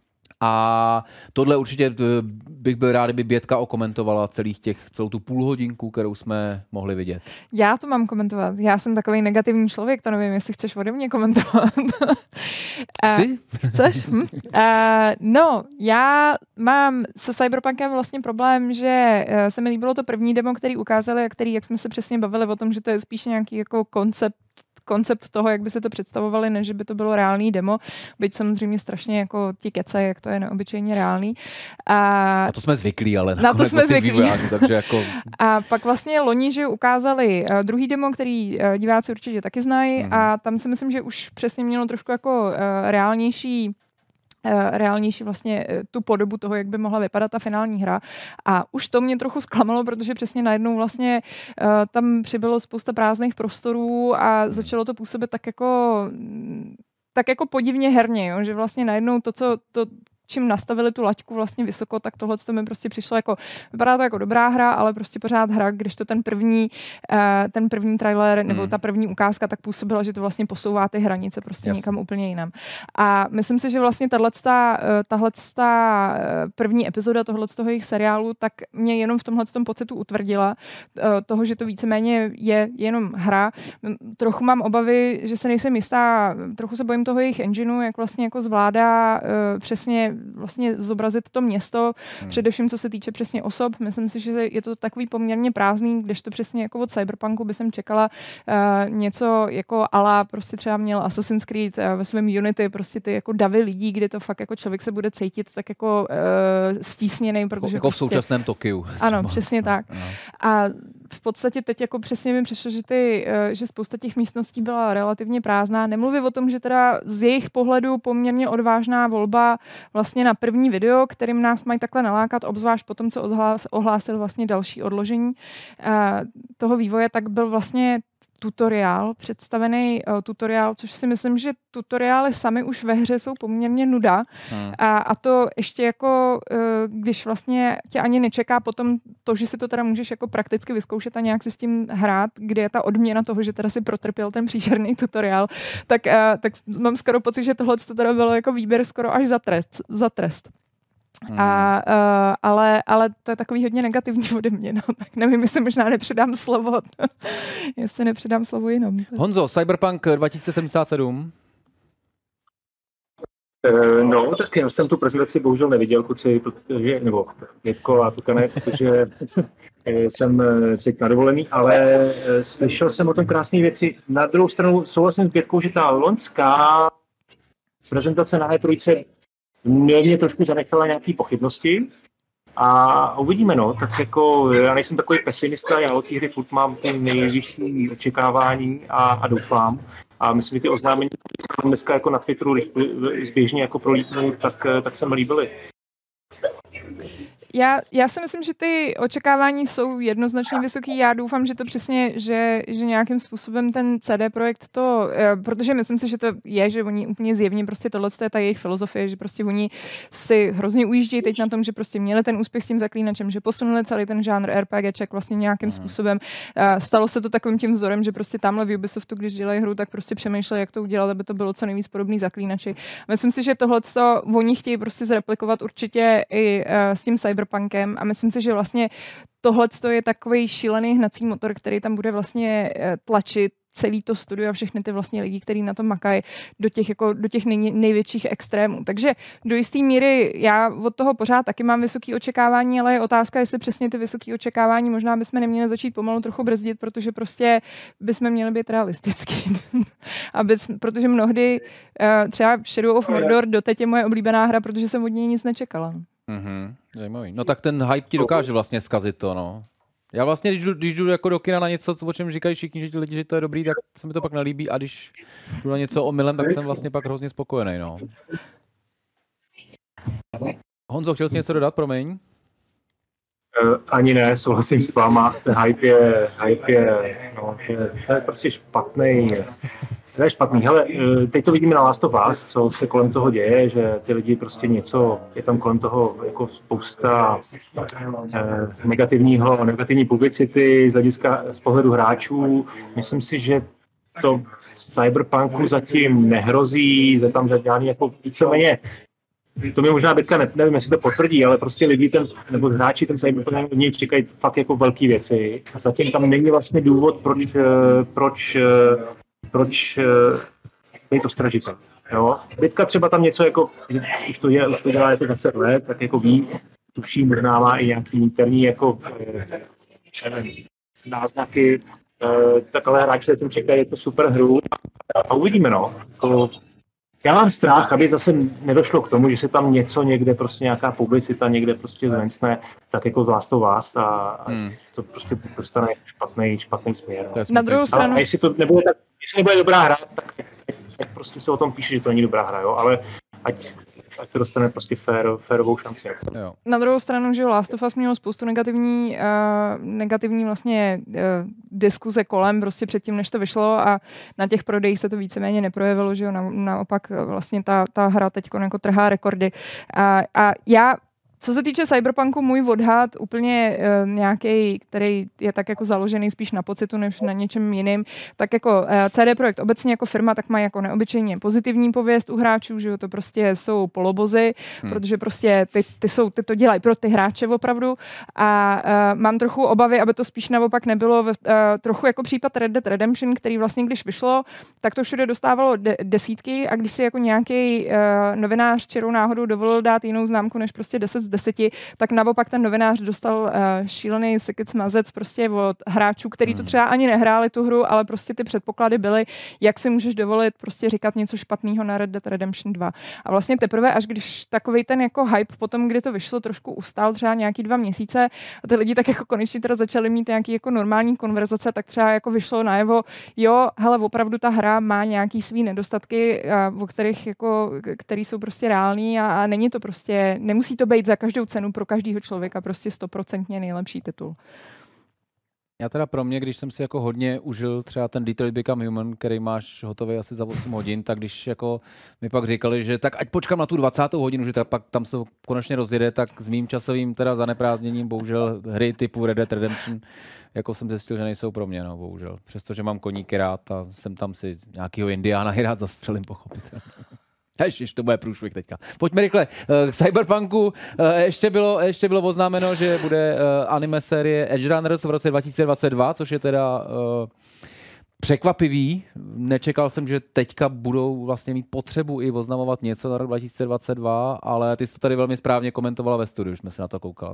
A tohle určitě bych byl rád, kdyby Bětka okomentovala celou tu půlhodinku, kterou jsme mohli vidět. Já to mám komentovat. Já jsem takový negativní člověk, to nevím, jestli chceš ode mě komentovat. Chci? Chceš? No, já mám se Cyberpunkem vlastně problém, že se mi líbilo to první demo, který ukázali a který, jak jsme se přesně bavili o tom, že to je spíš nějaký jako koncept toho, jak by se to představovali, než by to bylo reálný demo, byť samozřejmě strašně jako ti kecají, jak to je neobyčejně reálný. A to jsme zvyklí, ale na to jsme zvyklí. Takže jako... A pak vlastně loni, že ukázali druhý demo, který diváci určitě taky znají, a tam si myslím, že už přesně mělo trošku jako reálnější vlastně tu podobu toho, jak by mohla vypadat ta finální hra. A už to mě trochu zklamalo, protože přesně najednou vlastně tam přibylo spousta prázdných prostorů a začalo to působit tak jako podivně herně, jo? Že vlastně najednou čím nastavili tu laťku vlastně vysoko, tak tohle to mi prostě přišlo jako, vypadá to jako dobrá hra, ale prostě pořád hra, když to ten první trailer nebo ta první ukázka tak působila, že to vlastně posouvá ty hranice prostě někam úplně jinam. A myslím si, že vlastně tahleta první epizoda tohoto jejich seriálu tak mě jenom v tomhletom pocitu utvrdila toho, že to víceméně je jenom hra. Trochu mám obavy, že se nejsem jistá, trochu se bojím toho jejich engineu, jak vlastně jako zvládá přesně vlastně zobrazit to město, především co se týče přesně osob. Myslím si, že je to takový poměrně prázdný, kdežto přesně jako od Cyberpunku by jsem čekala něco jako ala, prostě třeba měl Assassin's Creed ve svém Unity, prostě ty jako davy lidí, kde to fakt jako člověk se bude cítit tak jako stísněnej, protože jako prostě, v současném Tokiu. Ano, přesně tak. A v podstatě teď jako přesně mi přišlo, že spousta těch místností byla relativně prázdná. Nemluvím o tom, že teda z jejich pohledu poměrně odvážná volba vlastně na první video, kterým nás mají takhle nalákat, obzvlášť po tom, co ohlásil vlastně další odložení toho vývoje, tak byl vlastně představený tutoriál, což si myslím, že tutoriály sami už ve hře jsou poměrně nuda. A to ještě jako, když vlastně tě ani nečeká potom to, že si to teda můžeš jako prakticky vyzkoušet a nějak si s tím hrát, kde je ta odměna toho, že teda si protrpěl ten příšerný tutoriál, tak mám skoro pocit, že tohle to teda bylo jako výběr skoro až za trest. Ale to je takový hodně negativní ode mě, no. Tak nevím, jestli možná nepředám slovo. Jestli nepředám slovo jenom. Honzo, Cyberpunk 2077. No, tak já jsem tu prezentaci bohužel neviděl, kluci, nebo Pětko a Tukane, protože jsem teď na dovolený, ale slyšel jsem o tom krásné věci. Na druhou stranu souhlasím s Pětkou, že ta loňská prezentace na E3 mě trošku zanechala nějaké pochybnosti a uvidíme, no, tak jako já nejsem takový pesimista, já od té hry furt mám ty nejvyšší očekávání a doufám. A myslím, že ty oznámení, které dneska jako na Twitteru zběžně jako prolítnou, tak se mi líbily. Já si myslím, že ty očekávání jsou jednoznačně vysoký. Já doufám, že to přesně, že nějakým způsobem ten CD Projekt to, protože myslím si, že to je, že oni úplně zjevně prostě tohle je ta jejich filozofie, že prostě oni si hrozně ujíždějí teď na tom, že prostě měli ten úspěch s tím Zaklínačem, že posunuli celý ten žánr RPGček vlastně nějakým způsobem. Stalo se to takovým tím vzorem, že prostě tamhle v Ubisoftu, když dělají hru, tak prostě přemýšleli, jak to udělat, aby to bylo co nejvíc podobný Zaklínači. Myslím si, že tohle oni chtějí prostě zreplikovat určitě i s tím Cyberpunkem a myslím si, že vlastně tohle je takový šílený hnací motor, který tam bude vlastně tlačit celý to studio a všechny ty vlastně lidi, kteří na tom makají do těch největších extrémů. Takže do jisté míry já od toho pořád taky mám vysoké očekávání, ale je otázka, jestli přesně ty vysoké očekávání možná bychom neměli začít pomalu trochu brzdit, protože prostě bychom měli být realistický. Protože mnohdy třeba Shadow of Mordor doteď je moje oblíbená hra, protože jsem od něj nic nečekala. Zajímavý. No tak ten hype ti dokáže vlastně zkazit to, no. Já vlastně, když jdu jako do kina na něco, o čem říkají všichni, že ti lidi, že to je dobrý, tak se mi to pak nelíbí a když jdu na něco omylem, tak jsem vlastně pak hrozně spokojený, no. Honzo, chtěl jsi něco dodat, promiň? Ani ne, souhlasím s váma, ten hype je, no, to je prostě špatný To je špatný. Hele, teď to vidíme na Last of Us, co se kolem toho děje, že ty lidi prostě něco, je tam kolem toho jako spousta negativní publicity z pohledu hráčů. Myslím si, že to Cyberpunku zatím nehrozí, že tam žádný jako víceméně, to mi možná Bětka nevím, jestli to potvrdí, ale prostě lidi nebo hráči ten Cyberpunk od něj čekají fakt jako velké věci. A zatím tam není vlastně důvod, proč je to stražitel. Jo? Bětka třeba tam něco jako, už to dělá jako 20 let, tak jako ví, tuší, možná má i nějaký interní jako náznaky, tak ale hráči tím čekají jako super hru a uvidíme, no. Já mám strach, aby zase nedošlo k tomu, že se tam něco někde, prostě nějaká publicita někde prostě zvencne, tak jako z Last of Us a to prostě dostane špatný směr. No. Na druhou stranu... A jestli nebude dobrá hra, tak prostě se o tom píše, že to není dobrá hra, jo, ale ať to dostane prostě férovou šanci. Jo. Na druhou stranu, že Last of Us mělo spoustu negativní vlastně diskuze kolem prostě předtím, než to vyšlo a na těch prodejích se to víceméně neprojevilo, že jo, naopak vlastně ta hra teď jako trhá rekordy. A já co se týče Cyberpunku, můj odhad úplně nějaký, který je tak jako založený spíš na pocitu než na něčem jiným, tak jako CD Projekt obecně jako firma tak má jako neobyčejně pozitivní pověst u hráčů, že to prostě jsou polobozy, protože prostě ty to dělají pro ty hráče opravdu a mám trochu obavy, aby to spíš naopak nebylo trochu jako případ Red Dead Redemption, který vlastně když vyšlo, tak to všude dostávalo desítky a když si jako nějaký novinář čirou náhodou dovolil dát jinou známku než prostě 10 z 10, tak naopak ten novinář dostal šílený sykic mazec prostě od hráčů, který to třeba ani nehráli tu hru, ale prostě ty předpoklady byly, jak si můžeš dovolit prostě říkat něco špatného na Red Dead Redemption 2. A vlastně teprve, až když takovej ten jako hype potom, kdy to vyšlo, trošku ustál třeba nějaký 2 měsíce a ty lidi tak jako konečně teda začali mít nějaký jako normální konverzace, tak třeba jako vyšlo najevo, jo, hele, opravdu ta hra má nějaký svý nedostatky, o kterých jako, který jsou prostě reální a není to prostě, nemusí to být za každou cenu pro každého člověka prostě 100% nejlepší titul. Já teda pro mě, když jsem si jako hodně užil třeba ten Detroit Become Human, který máš hotový asi za 8 hodin, tak když jako mi pak říkali, že tak ať počkám na tu 20. hodinu, že tak pak tam se konečně rozjede, tak s mým časovým teda zaneprázdněním bohužel hry typu Red Dead Redemption jako jsem zjistil, že nejsou pro mě, no bohužel. Přestože mám koníky rád a jsem tam si nějakýho Indiána i rád zastřelím pochopitelně. Ježiš, to bude průšvih teďka. Pojďme rychle k Cyberpunku. Ještě bylo oznámeno, že bude anime série Edge Runners v roce 2022, což je teda překvapivý. Nečekal jsem, že teďka budou vlastně mít potřebu i oznamovat něco na rok 2022, ale ty jsi to tady velmi správně komentovala ve studiu, už jsme se na to koukali.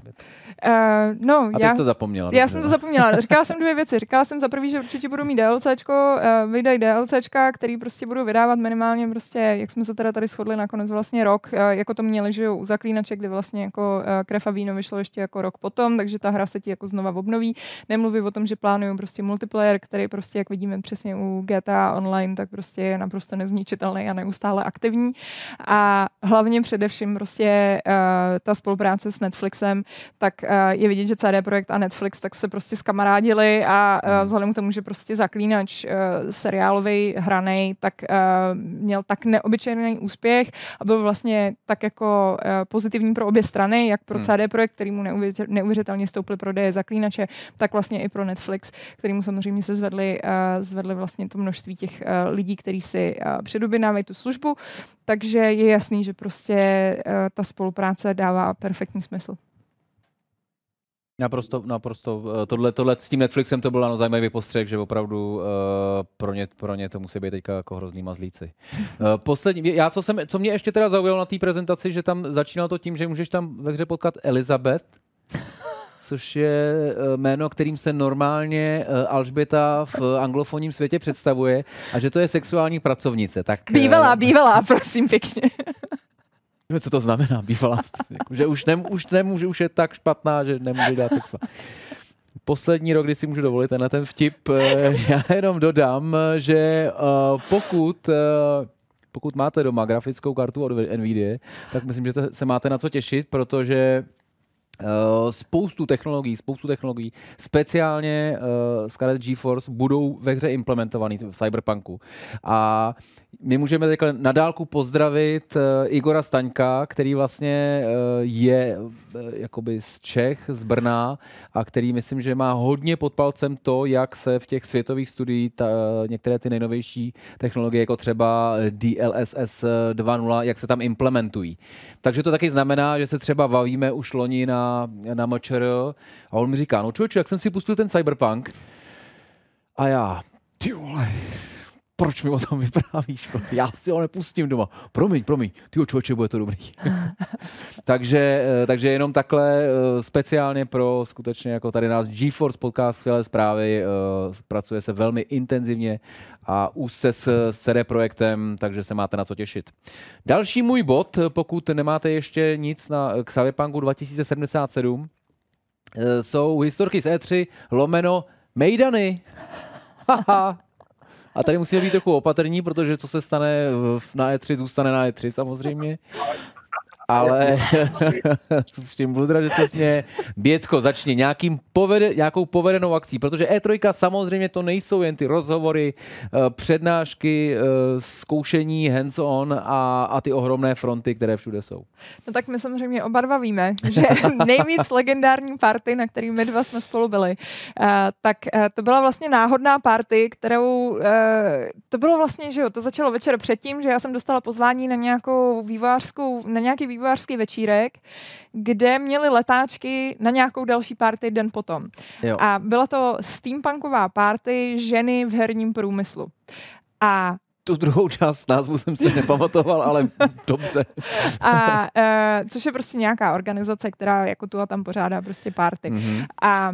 A ty jsi to zapomněla. Já jsem to zapomněla. Říkala jsem 2 věci. Říkala jsem za prvý, že určitě budou mít DLCčko, vydají DLCčka, který prostě budou vydávat minimálně prostě, jak jsme se teda tady shodli nakonec vlastně rok, jako to měli, že u Zaklínače, kde vlastně jako Krev a víno vyšlo ještě jako rok potom, takže ta hra se ti jako znova obnoví. Nemluví o tom, že plánují prostě multiplayer, který prostě, jak vidíme přesně u GTA Online, tak prostě je naprosto nezničitelný a neustále aktivní. A hlavně především prostě ta spolupráce s Netflixem, tak je vidět, že CD Projekt a Netflix tak se prostě skamarádili a vzhledem k tomu, že prostě Zaklínač seriálový hranej, tak měl tak neobyčejný úspěch a byl vlastně tak jako pozitivní pro obě strany, jak pro CD Projekt, kterýmu neuvěřitelně stouply prodeje Zaklínače, tak vlastně i pro Netflix, kterýmu samozřejmě se zvedli vlastně to množství těch lidí, kteří si předobjednávají tu službu, takže je jasný, že prostě ta spolupráce dává perfektní smysl. Naprosto. Tohle s tím Netflixem to byl zajímavý postřeh, že opravdu pro ně to musí být teďka jako hrozný mazlíci. Poslední, co mě ještě teda zaujalo na té prezentaci, že tam začínalo to tím, že můžeš tam ve hře potkat Elizabeth, což je jméno, kterým se normálně Alžběta v anglofonním světě představuje a že to je sexuální pracovnice. Tak, bývalá, prosím pěkně. Co to znamená bývalá? Že už je tak špatná, že nemůže dát sexuální. Poslední rok, kdy si můžu dovolit ten vtip, já jenom dodám, že pokud máte doma grafickou kartu od NVIDIA, tak myslím, že se máte na co těšit, protože Spoustu technologií, speciálně Scarlet GeForce budou ve hře implementovaný v Cyberpunku. A my můžeme takhle na dálku pozdravit Igora Staňka, který vlastně je jakoby z Čech, z Brna a který myslím, že má hodně pod palcem to, jak se v těch světových studiích některé ty nejnovější technologie, jako třeba DLSS 2.0, jak se tam implementují. Takže to taky znamená, že se třeba bavíme už loni na MČR a on mi říká, no člověče, jak jsem si pustil ten Cyberpunk a já, ty vole, proč mi o tom vyprávíš? Já si ho nepustím doma. Promiň, tyjo člověče, bude to dobrý. takže jenom takhle speciálně pro skutečně jako tady nás GeForce podcast skvělé zprávy, pracuje se velmi intenzivně a úzce s CD Projektem, takže se máte na co těšit. Další můj bod, pokud nemáte ještě nic k Cyberpunku 2077, jsou historky z E3 lomeno mejdany. Haha. A tady musíme být trochu opatrní, protože co se stane na E3, zůstane na E3 samozřejmě. Ale s tím budu že se směje. Bětko, začni nějakou povedenou akcí, protože E3 samozřejmě to nejsou jen ty rozhovory, přednášky, zkoušení hands-on a ty ohromné fronty, které všude jsou. No tak my samozřejmě oba dva víme, že nejvíc legendární party, na který my dva jsme spolu byli, tak to byla vlastně náhodná party, kterou to bylo vlastně, že jo, to začalo večer předtím, že já jsem dostala pozvání na nějaký vývojářský večírek, kde měli letáčky na nějakou další party den potom. Jo. A byla to steampunková party ženy v herním průmyslu. A tu druhou část názvu jsem si nepamatoval, ale dobře. A což je prostě nějaká organizace, která jako tu a tam pořádá prostě party. Mm-hmm. A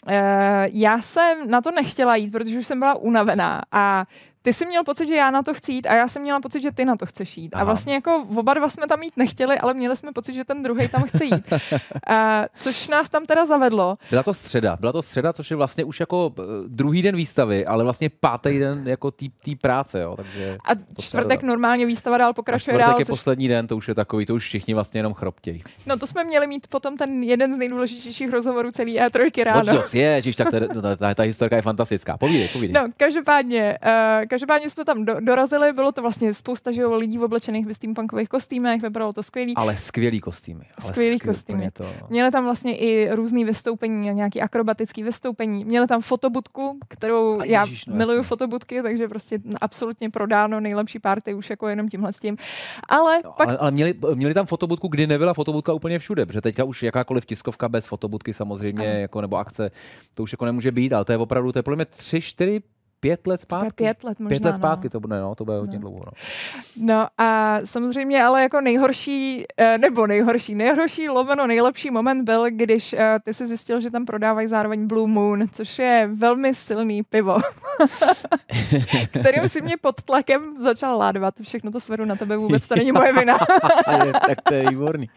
já jsem na to nechtěla jít, protože už jsem byla unavená a ty jsi měl pocit, že já na to chci jít a já jsem měla pocit, že ty na to chceš jít. Aha. A vlastně jako oba dva jsme tam jít nechtěli, ale měli jsme pocit, že ten druhej tam chce jít. Což nás tam teda zavedlo. Byla to středa, což je vlastně už jako druhý den výstavy, ale vlastně pátý den jako tý práce. Jo, takže a čtvrtek normálně výstava dál pokračuje dál. Čtvrtek je poslední den, to už je takový, to už všichni vlastně jenom chroptějí. No to jsme měli mít potom ten jeden z nejdůležitějších rozhovorů celý E3 ráno. Ježiš, tak ta historka je fantastická. Povídej. No, každopádně jsme tam dorazili, bylo to vlastně spousta lidí oblečených v steampunkových kostýmech, vypadalo to skvělý. Ale skvělý kostýmy. To. Měli tam vlastně i různý vystoupení, nějaký akrobatický vystoupení. Měli tam fotobudku, kterou já miluju fotobudky, takže prostě absolutně prodáno, nejlepší party už jako jenom tímhle s tím. Ale měli tam fotobudku, kdy nebyla fotobudka úplně všude, protože teďka už jakákoliv tiskovka bez fotobudky samozřejmě jako nebo akce, to už jako nemůže být, ale to je opravdu, to je podle mě 3, 4, 5 let zpátky. 5 let možná. 5 let zpátky to bude, to bude hodně dlouho. No a samozřejmě ale jako nejhorší lomeno nejlepší moment byl, když ty si zjistil, že tam prodávají zároveň Blue Moon, což je velmi silný pivo, kterým si mě pod tlakem začal ládovat. Všechno to svedu na tebe, vůbec to není moje vina. Tak to je výborný.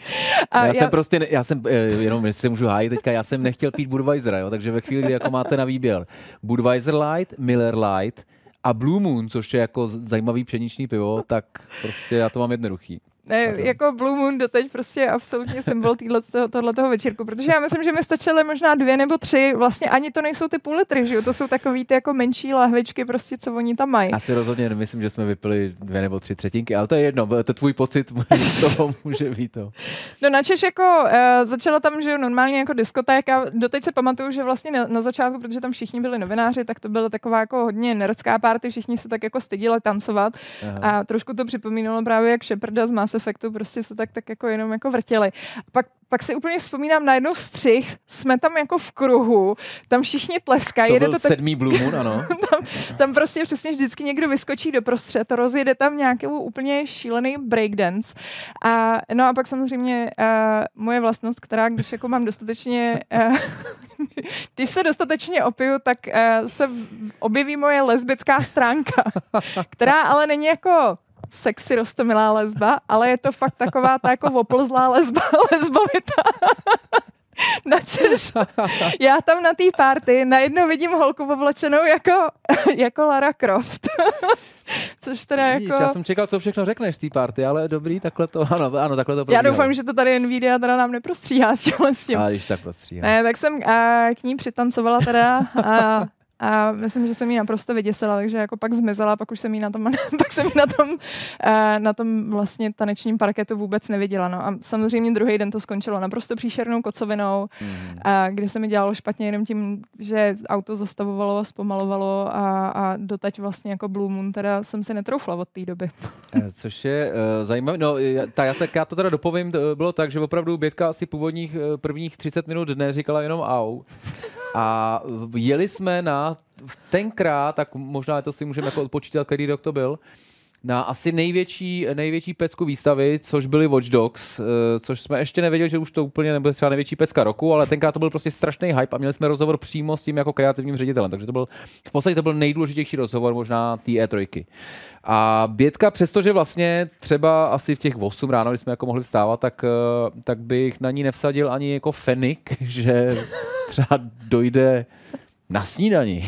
Já jsem jenom, jestli můžu hájit teďka, já jsem nechtěl pít Budweisera, jo, takže ve chvíli, kdy jako máte na výběr Budweiser Light, Miller Light a Blue Moon, což je jako zajímavý pšeničný pivo, tak prostě já to mám jednoduchý. Ne, jako Blue Moon doteď prostě absolutně symbol tohletoho večírku, protože já myslím, že mi stačily možná 2 nebo 3, vlastně ani to nejsou ty půl litry, že jo, to jsou takový ty jako menší lahvičky prostě, co oni tam mají. Asi rozhodně nemyslím, že jsme vypili 2 nebo 3 třetinky, ale to je jedno, to tvůj pocit toho může být to. No načež jako začala tam, že jo, normálně jako diskotéka, doteď se pamatuju, že vlastně na začátku, protože tam všichni byli novináři, tak to byla taková jako hodně nerdská party, všichni se tak jako stydili tancovat. Aha. A trošku to připomínalo právě jak Sheparda z Mass Effectu, prostě se tak jako jenom jako vrtěli. Pak si úplně vzpomínám na jednou střih, jsme tam jako v kruhu, tam všichni tleskají. To byl 7. Blue Moon, ano. tam prostě přesně vždycky někdo vyskočí doprostřed, rozjede tam nějakou úplně šílený breakdance. A pak samozřejmě moje vlastnost, která když jako mám dostatečně když se dostatečně opiju, tak se objeví moje lesbická stránka, která ale není jako sexy roztomilá lesba, ale je to fakt taková ta jako oplzlá lesbovita. Načež Já tam na té party najednou vidím holku oblečenou jako Lara Croft. Což teda jako... Já jsem čekal, co všechno řekneš z té party, ale dobrý, takhle to, ano, takhle to probíhalo. Já doufám, že to tady Nvidia teda nám neprostříhá s tím. A když tak prostříhá. Ne, tak jsem k ní přitancovala teda a myslím, že jsem jí naprosto vyděsila, takže jako pak zmizela, pak už jsem jí na tom vlastně tanečním parketu vůbec neviděla. No. A samozřejmě druhý den to skončilo naprosto příšernou kocovinou, kde se mi dělalo špatně jenom tím, že auto zastavovalo a zpomalovalo a doteď vlastně jako Blue Moon teda jsem si netroufla od té doby. Což je zajímavé. No, já to teda dopovím, bylo tak, že opravdu Bětka asi původních prvních 30 minut dne říkala jenom au. A jeli jsme tenkrát, tak možná to si můžeme jako odpočítat, který rok to byl, na asi největší pecku výstavy, což byly Watch Dogs, což jsme ještě nevěděli, že už to úplně nebude třeba největší pecka roku, ale tenkrát to byl prostě strašný hype a měli jsme rozhovor přímo s tím jako kreativním ředitelem, takže v podstatě to byl nejdůležitější rozhovor možná té E3. A Bětka, přestože vlastně třeba asi v těch 8 ráno, když jsme jako mohli vstávat, tak bych na ní nevsadil ani jako fenik, že třeba dojde na snídani.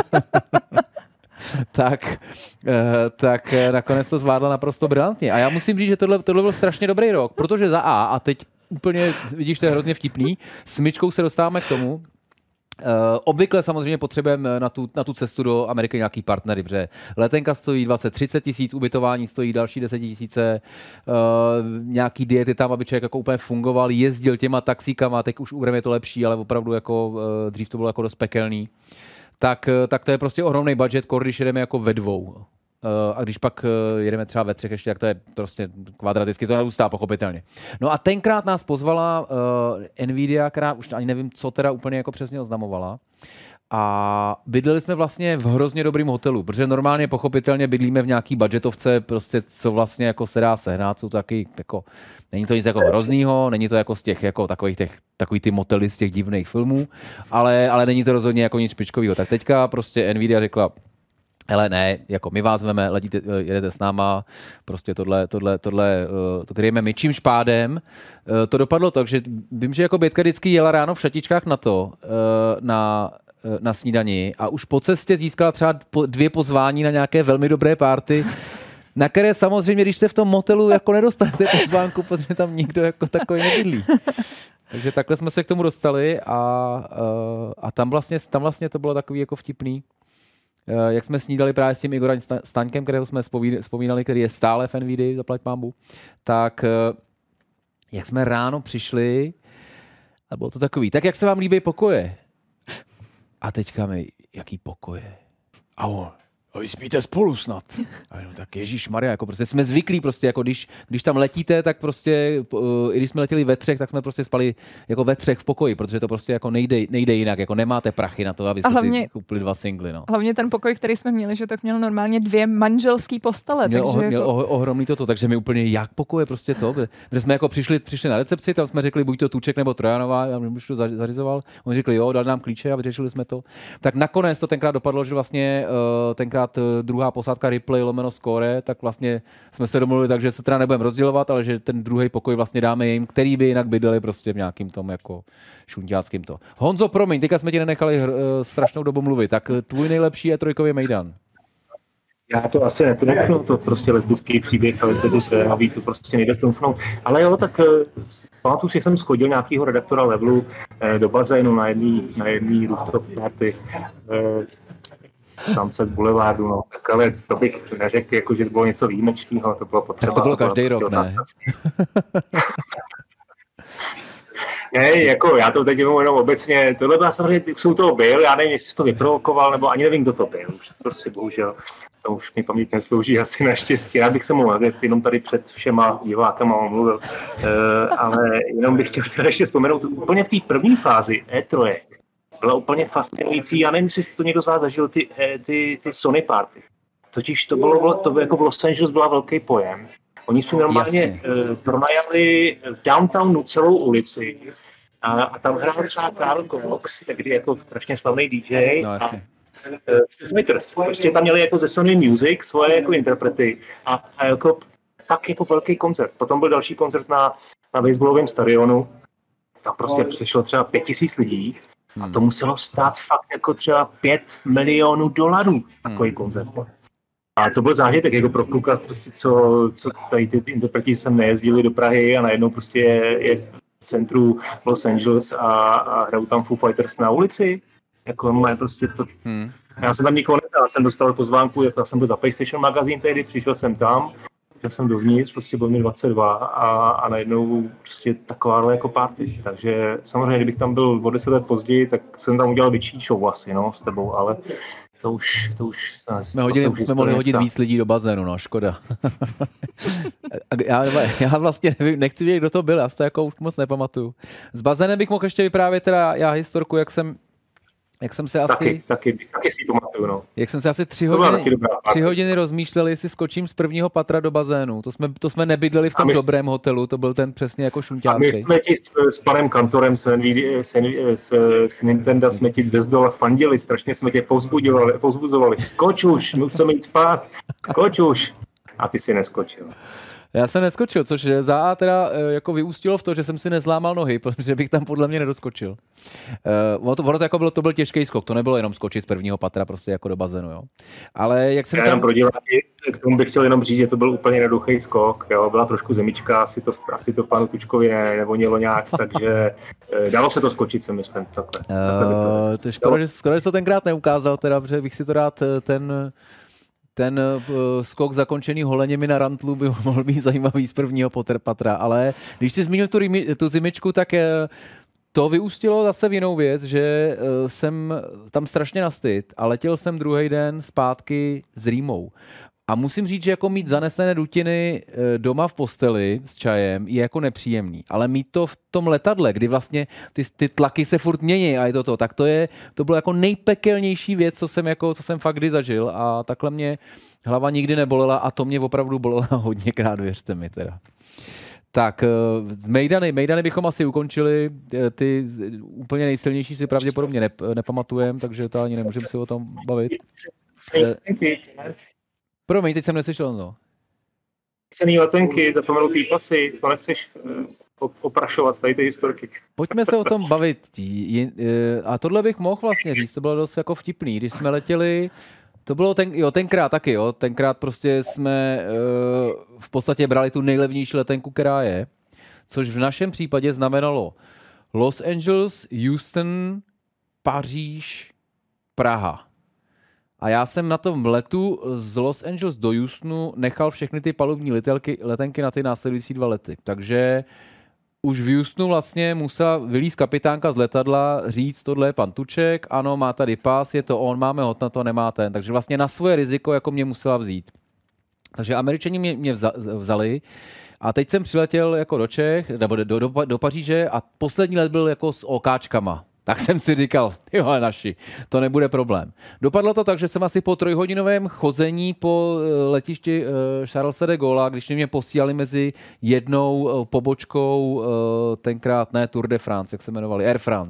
tak nakonec to zvládla naprosto brilantně. A já musím říct, že tohle byl strašně dobrý rok, protože za A teď úplně, vidíš, to je hrozně vtipný, smyčkou se dostáváme k tomu, obvykle samozřejmě potřebujeme na tu cestu do Ameriky nějaký partnery, protože letenka stojí 20-30 tisíc, ubytování stojí další 10 tisíce, nějaký diety tam, aby člověk jako úplně fungoval, jezdil těma taxíkama, teď už úrem je to lepší, ale opravdu jako dřív to bylo jako dost pekelný. Tak to je prostě ohromný budget, když jedeme jako ve dvou. A když pak jedeme třeba ve třech ještě, tak to je prostě kvadraticky, to narůstá pochopitelně. No a tenkrát nás pozvala Nvidia, která už ani nevím, co teda úplně jako přesně oznamovala. A bydleli jsme vlastně v hrozně dobrým hotelu, protože normálně pochopitelně bydlíme v nějaký budgetovce, prostě co vlastně jako se dá sehnat, jsou taky jako, není to nic jako hroznýho, není to jako z těch jako takový ty motely z těch divných filmů, ale není to rozhodně jako nic špičkového. Tak teďka prostě Nvidia řekla, hele ne, jako my vás veme, jedete s náma, prostě tohle to kryjeme my čím špádem. To dopadlo tak, že vím, že jako Bětka vždycky jela ráno v šatičkách na snídani a už po cestě získala třeba 2 pozvání na nějaké velmi dobré party, na které samozřejmě, když se v tom motelu jako nedostanete pozvánku, protože tam nikdo jako takový nebydlí. Takže takhle jsme se k tomu dostali a tam vlastně to bylo takový jako vtipný. Jak jsme snídali právě s tím Igorem Staňkem, kterého jsme vzpomínali, který je stále v Nvidia, zaplať pánbu, tak jak jsme ráno přišli, a bylo to takový, tak jak se vám líbí pokoje? A teďka jaký pokoje? A vy spíte spolu snad. A no, tak ježišmarja, jako prostě jsme zvyklí prostě, jako když tam letíte, tak prostě, i když jsme letěli ve 3, tak jsme prostě spali jako ve 3 v pokoji, protože to prostě jako nejde jinak, jako nemáte prachy na to, abyste si koupili 2 singly. No. Hlavně ten pokoj, který jsme měli, že tak měl normálně 2 manželský postele. Měl ohromný toto, takže mi úplně jak pokoje prostě to, protože jsme jako přišli na recepci, tam jsme řekli buď to Tuček nebo Trojanová, já už to zařizoval, oni řekli jo, dali nám klíče a vyřešili jsme to. Tak nakonec to tenkrát dopadlo, že vlastně tenkrát druhá posádka Ripley lomeno Score, tak vlastně jsme se domluvili tak, že se teda nebudeme rozdělovat, ale že ten druhý pokoj vlastně dáme jim, který by jinak bydleli prostě v nějakým tom jako šunťáckým to. Honzo, promiň, teďka jsme ti nenechali strašnou dobu mluvit, tak tvůj nejlepší E3 mejdan. Já to asi netrefnu, to prostě lesbický příběh, ale to zvědavý, to prostě nejde stroufnout. Ale jo, tak pamatuju si, jsem schodil nějakýho redaktora Levelu do bazénu na jedný rooftop party. Sunset Boulevardu, no. Tak ale to bych neřekl, jako, že to bylo něco výjimečného, to bylo potřeba. Tak to bylo každý rok, ne? Ne, jako já to teď jenom obecně, tohle byla samozřejmě, jsou toho byl, já nevím, jestli jsi to vyprovokoval, nebo ani nevím, kdo to byl, už prostě bohužel, to už mi paměť neslouží asi naštěstí, já bych se mohl jenom tady před všema divákama omluvil, ale jenom bych chtěl teda ještě vzpomenout, úplně v té první fázi E3 byla úplně fascinující, já nevím, jestli to někdo z vás zažil, ty Sony party, totiž to jako v Los Angeles byla velký pojem. Oni si normálně pronajali downtownu celou ulici a tam hrál třeba Carl Cox, tehdy jako strašně slavný DJ. No, a Smithers. Prostě tam měli jako ze Sony Music svoje jako interprety a jako fakt jako velký koncert. Potom byl další koncert na baseballovém stadionu. tam prostě přišlo třeba 5000 lidí a to muselo stát fakt jako třeba $5 milionů takový koncert. A to byl zážitek jako pro kluka, prostě, co tady ty interpreti sem nejezdili do Prahy a najednou prostě je v centru Los Angeles a hrajou tam Foo Fighters na ulici. Jako má prostě to... Já jsem tam nikoho neznal, já jsem dostal pozvánku, jako já jsem byl za PlayStation magazín tehdy, přišel jsem tam, šel jsem dovnitř, prostě byl mi 22 a najednou prostě takováhle jako party. Takže samozřejmě, kdybych tam byl o 10 let později, tak jsem tam udělal větší show asi, no, s tebou, ale to už jsme mohli hodit víc lidí do bazénu, no, škoda. já vlastně nevím, nechci vědět, kdo to byl, já si to jako už moc nepamatuju. S bazénem bych mohl ještě vyprávět teda já historku, jak jsem se asi... Taky si to pamatuju, no. Jak jsem se asi 3 hodiny rozmýšlel, jestli skočím z prvního patra do bazénu. To jsme nebydleli v tom dobrém hotelu, to byl ten přesně jako šunťácký. A my jsme ti s panem kantorem s Nintendo jsme ti ze zdola fandili, strašně jsme tě povzbuzovali. Skoč už, musíme jít spát, skoč už. A ty si neskočil. Já jsem neskočil, což za A teda jako vyústilo v to, že jsem si nezlámal nohy, protože bych tam podle mě nedoskočil. To byl těžký skok, to nebylo jenom skočit z prvního patra prostě jako do bazénu, jo. Ale jak jsem jenom pro diváky, k tomu bych chtěl jenom říct, že to byl úplně jednoduchý skok, jo, byla trošku zemička, asi to panu Tučkovi nevonilo nějak, takže dalo se to skočit, si myslím, takhle. To je škoda, že to tenkrát neukázal, teda, protože bych si to rád ten skok zakončený holeněmi na rantlu by mohl být zajímavý z prvního patra, ale když jsi zmínil tu zimičku, tak to vyústilo zase v jinou věc, že jsem tam strašně nastyt a letěl jsem druhý den zpátky s rýmou. A musím říct, že jako mít zanesené dutiny doma v posteli s čajem je jako nepříjemný. Ale mít to v tom letadle, kdy vlastně ty tlaky se furt mění a je to, tak to bylo jako nejpekelnější věc, co jsem fakt kdy zažil a takhle mě hlava nikdy nebolela a to mě opravdu bolelo hodněkrát, věřte mi teda. Tak, Mejdany bychom asi ukončili, ty úplně nejsilnější si pravděpodobně nepamatujeme, takže to ani nemůžeme si o tom bavit. Promiň, teď jsem neslyšel, no. Cený letenky, zapomenutý pasy, to nechceš oprašovat tady ty historky. Pojďme se o tom bavit. A tohle bych mohl vlastně říct, to bylo dost jako vtipný. Když jsme letěli, to bylo tenkrát taky, jo. Tenkrát prostě jsme v podstatě brali tu nejlevnější letenku, která je, což v našem případě znamenalo Los Angeles, Houston, Paříž, Praha. A já jsem na tom letu z Los Angeles do Houstonu nechal všechny ty palubní letenky na ty následující 2 lety. Takže už v Houstonu vlastně musela vylízt kapitánka z letadla, říct, tohle je pan Tuček, ano, má tady pás, je to on, máme hod na to, nemá ten. Takže vlastně na svoje riziko jako mě musela vzít. Takže Američani mě vzali a teď jsem přiletěl jako do Čech, nebo do Paříže a poslední let byl jako s OKčkama. Tak jsem si říkal, tyhle naši, to nebude problém. Dopadlo to tak, že jsem asi po 3hodinovém chození po letišti Charlesa de Gaulle, když mě posílali mezi jednou pobočkou, tenkrát ne Tour de France, jak se jmenovali,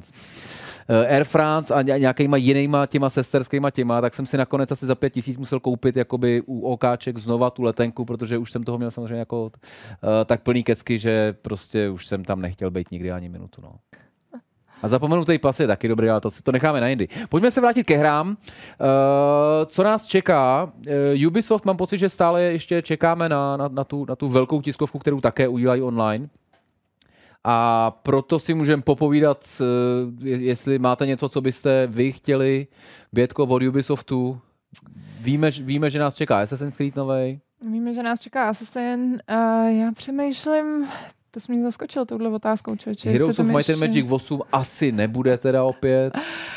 Air France a nějakýma jinýma těma sesterskýma těma, tak jsem si nakonec asi za 5000 musel koupit jakoby u OKček znova tu letenku, protože už jsem toho měl samozřejmě jako tak plný kecky, že prostě už jsem tam nechtěl být nikdy ani minutu, no. A zapomenutý pas je taky dobrý, ale to necháme na jindy. Pojďme se vrátit ke hrám. Co nás čeká? Ubisoft, mám pocit, že stále ještě čekáme na tu velkou tiskovku, kterou také udělají online. A proto si můžeme popovídat, jestli máte něco, co byste vy chtěli, Bětko, od Ubisoftu. Víme, že nás čeká Assassin's Creed novej. Víme, že nás čeká Assassin. Já přemýšlím... To jsi mě zaskočil touhle otázkou, člověče. Heroes of Might and Magic 8 asi nebude teda opět.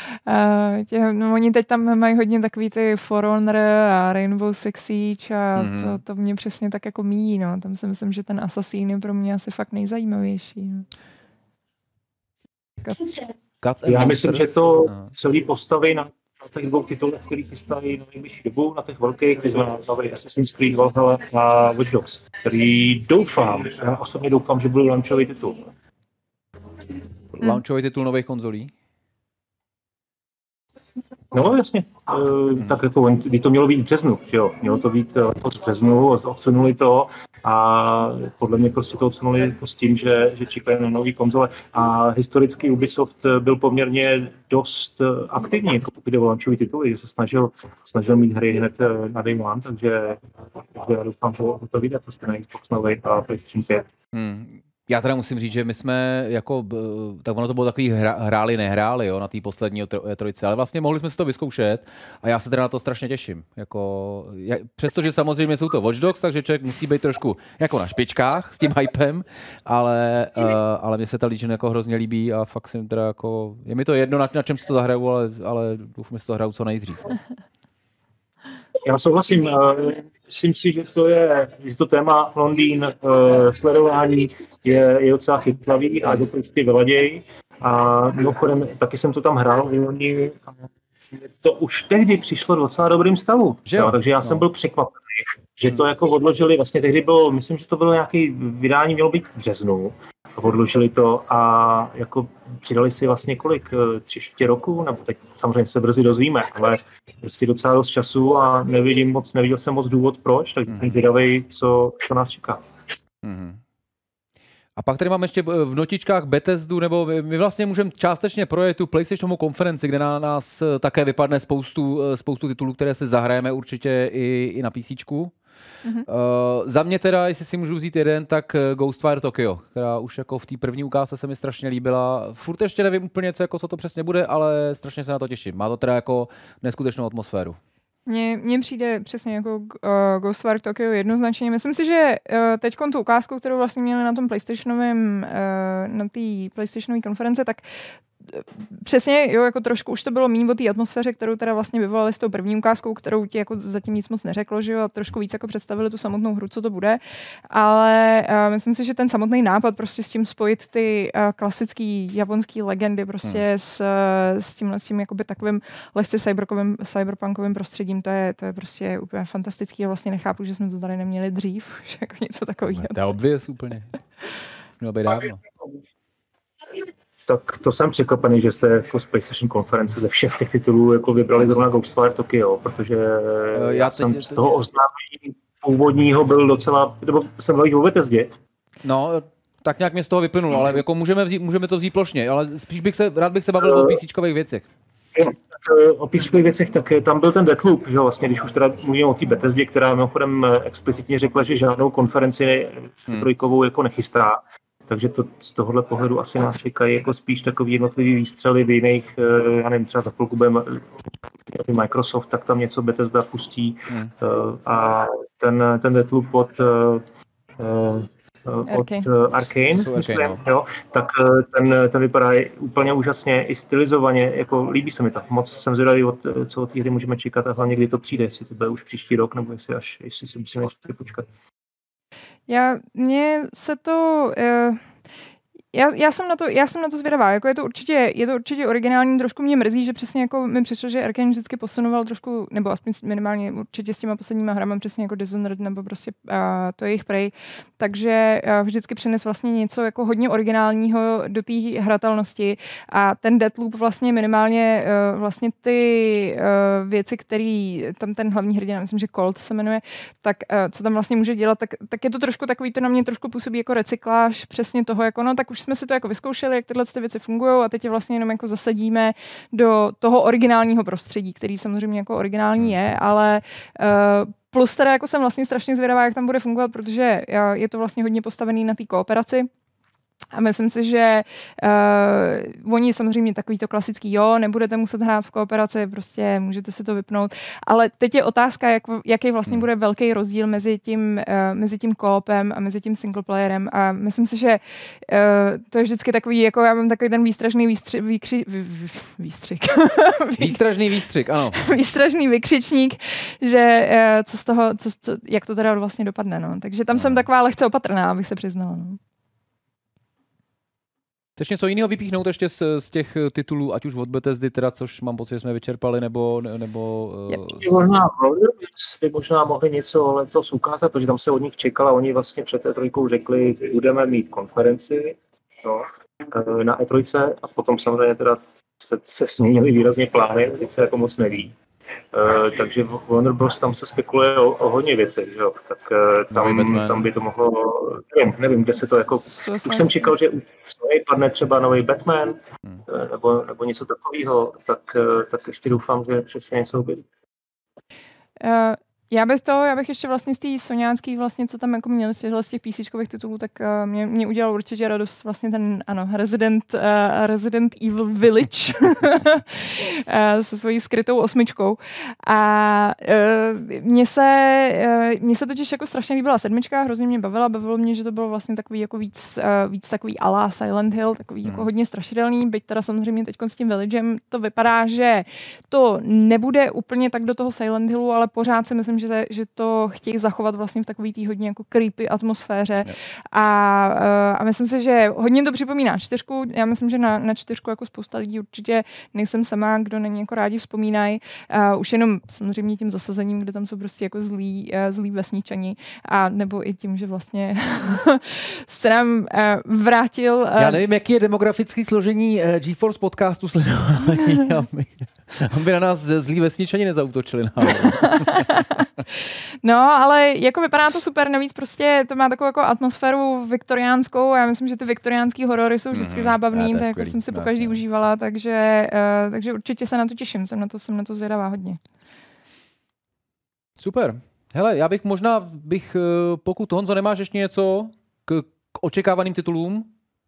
Oni teď tam mají hodně takový ty For Honor a Rainbow Six Siege a to mě přesně tak jako míjí. No. Tam si myslím, že ten Assassin je pro mě asi fakt nejzajímavější. No. Já myslím, že to celý postaví na těch 2 titulech, který chystají na nejbližší dobu, na těch velkých, to znamená Assassin's Creed Valhalla a Watch Dogs, který já osobně doufám, že bude launchový titul. Launchový titul nových konzolí? No jasně, tak jako by to mělo být v březnu, jo, mělo to být v březnu, odsunuli to a podle mě prostě to odsunuli jako s tím, že čekají na nový konzole a historicky Ubisoft byl poměrně dost aktivní, jako pokud jde o launchový tituly, že se snažil mít hry hned na Day One, takže já doufám, že to vyjde prostě na Xbox Nový a PlayStation 5. Já teda musím říct, že my jsme jako, tak ono to bylo takový nehráli, jo, na té poslední E3, ale vlastně mohli jsme si to vyzkoušet a já se teda na to strašně těším. Jako, přestože samozřejmě jsou to Watch Dogs, takže člověk musí být trošku jako na špičkách s tím hypem, ale mně se ta Legion jako hrozně líbí a fakt jsem teda jako, je mi to jedno, na čem si to zahraju, ale doufám, že si to hraju co nejdřív. Já souhlasím. Myslím si, že to téma Londýn, sledování je docela chytlavý a dokonce vyladěj. A mimochodem, taky jsem to tam hrál v Londýně. To už tehdy přišlo docela dobrým stavu. Jo, takže já jsem byl překvapený, že to jako odložili. Vlastně tehdy bylo, myslím, že to bylo nějaké vydání, mělo být v březnu. Odložili to a jako přidali si vlastně kolik, 3 roku, nebo teď samozřejmě se brzy dozvíme, ale prostě docela dost času a neviděl jsem moc důvod proč, tak jsem zvědavej, co nás čeká. A pak tady mám ještě v notičkách Bethesdu, nebo my vlastně můžeme částečně projet tu PlayStationovou konferenci, kde na nás také vypadne spoustu titulů, které se zahrajeme určitě i na PCčku. Za mě teda, jestli si můžu vzít jeden, tak Ghostwire Tokyo, která už jako v té první ukázce se mi strašně líbila. Furt ještě nevím úplně, co to přesně bude, ale strašně se na to těším. Má to teda jako neskutečnou atmosféru. Mně přijde přesně jako Ghostwire Tokyo jednoznačně. Myslím si, že teď tu ukázku, kterou vlastně měli na tom na té PlayStationové konference, tak přesně, jo, jako trošku už to bylo méně o té atmosféře, kterou teda vlastně vyvolali s tou první ukázkou, kterou ti jako zatím nic moc neřeklo, že jo, a trošku víc jako představili tu samotnou hru, co to bude, ale myslím si, že ten samotný nápad prostě s tím spojit ty klasický japonský legendy prostě s tím jakoby takovým lehce cyberpunkovým prostředím, to je prostě úplně fantastický a vlastně nechápu, že jsme to tady neměli dřív, že jako něco takového. To je obvious úplně. Mělo být dávno. Tak to jsem překvapený, že jste jako z PlayStation konference ze všech těch titulů jako vybrali zrovna Ghostwire Tokyo, protože já jsem z toho oznámení původního byl docela, nebo jsem mluvil o Bethesdě. No, tak nějak mě z toho vyplynulo, ale jako můžeme to vzít plošně, ale spíš rád bych se bavil o PCčkových věcech. O PCčkových věcech, tak tam byl ten Deathloop, že vlastně, když už teda mluvím o té Bethesdě, která mimochodem explicitně řekla, že žádnou konferenci trojkovou jako nechystá. Takže to z tohohle pohledu asi nás čekají jako spíš takový jednotlivý výstřely v jiných, já nevím, třeba za chvilku bude Microsoft, tak tam něco Bethesda pustí a ten Deathloop od Arcane, myslím, jo, tak ten vypadá úplně úžasně i stylizovaně, jako líbí se mi to. Moc jsem zvědavý, co od té hry můžeme čekat a hlavně kdy to přijde, jestli to bude už příští rok, nebo jestli si musíme ještě počkat. Mně se to... Já jsem na to zvědavá. Jako je to určitě originální, trošku mě mrzí, že přesně jako mi přišlo, že Arkane vždycky posunoval trošku, nebo aspoň minimálně určitě s těma posledníma hrama, přesně jako Dishonored nebo prostě to jejich Prey, takže vždycky přines vlastně něco jako hodně originálního do té hratelnosti a ten Deathloop vlastně minimálně vlastně ty věci, který tam ten hlavní hrdina, myslím, že Colt se jmenuje, tak co tam vlastně může dělat, tak je to trošku takový, to na mě trošku působí jako recykláž přesně toho, jako no, tak už jsme si to jako vyzkoušeli, jak tyhle věci fungují a teď je vlastně jenom jako zasadíme do toho originálního prostředí, který samozřejmě jako originální je, ale plus teda jako jsem vlastně strašně zvědavá, jak tam bude fungovat, protože je to vlastně hodně postavený na té kooperaci. A myslím si, že oni samozřejmě takový to klasický, nebudete muset hrát v kooperaci, prostě můžete si to vypnout. Ale teď je otázka, jaký vlastně bude velký rozdíl mezi tím koopem a mezi tím singleplayerem. A myslím si, že to je vždycky takový, jako já mám takový ten výstražný výstřik. Výstražný výstřik, ano. Výstražný vykřičník, že co z toho, jak to teda vlastně dopadne. No. Takže tam jsem taková lehce opatrná, abych se přiznala. No. Chceš něco jiného vypíchnout ještě z těch titulů, ať už od Bethesdy, teda, což mám pocit, že jsme vyčerpali, nebo možná mohli něco letos ukázat, protože tam se od nich čekala, oni vlastně před E3 řekli, budeme mít konferenci na E3 a potom samozřejmě teda se změnily výrazně plány, teď se jako moc neví. Takže Warner Bros. Tam se spekuluje o hodně věcech, že jo? Tak tam by to mohlo, nevím, kde se to jako, už jsem čekal, že padne třeba nový Batman, nebo něco takového, tak ještě doufám, že přesně něco objeví. Já bych ještě vlastně z té soňánský vlastně, co tam jako měli z těch PCčkových titulů, tak mě udělal určitě radost vlastně ten, Resident Evil Village se svojí skrytou 8. A mně se totiž jako strašně líbila 7, hrozně mě bavilo mě, že to bylo vlastně takový jako víc takový à la Silent Hill, takový jako hodně strašidelný, byť teda samozřejmě teď s tím Villagem to vypadá, že to nebude úplně tak do toho Silent Hillu, ale pořád si myslím, že to chtějí zachovat vlastně v takový tý hodně jako creepy atmosféře. A myslím si, že hodně to připomíná 4. Já myslím, že na 4 jako spousta lidí určitě nejsem sama, kdo na ní jako rádi vzpomínají. Už jenom samozřejmě tím zasazením, kde tam jsou prostě jako zlí vesničani, a nebo i tím, že vlastně se nám vrátil... Já nevím, jaký je demografický složení GeForce podcastu sledování, aby na nás zlí vesničani nezaútočili. No, ale jako vypadá to super, navíc prostě to má takovou jako atmosféru viktoriánskou. Já myslím, že ty viktoriánský horory jsou vždycky zábavný, tak jako jsem si pokaždý užívala, takže určitě se na to těším, jsem na to zvědavá hodně. Super. Hele, já bych pokud Honzo, nemáš ještě něco k očekávaným titulům?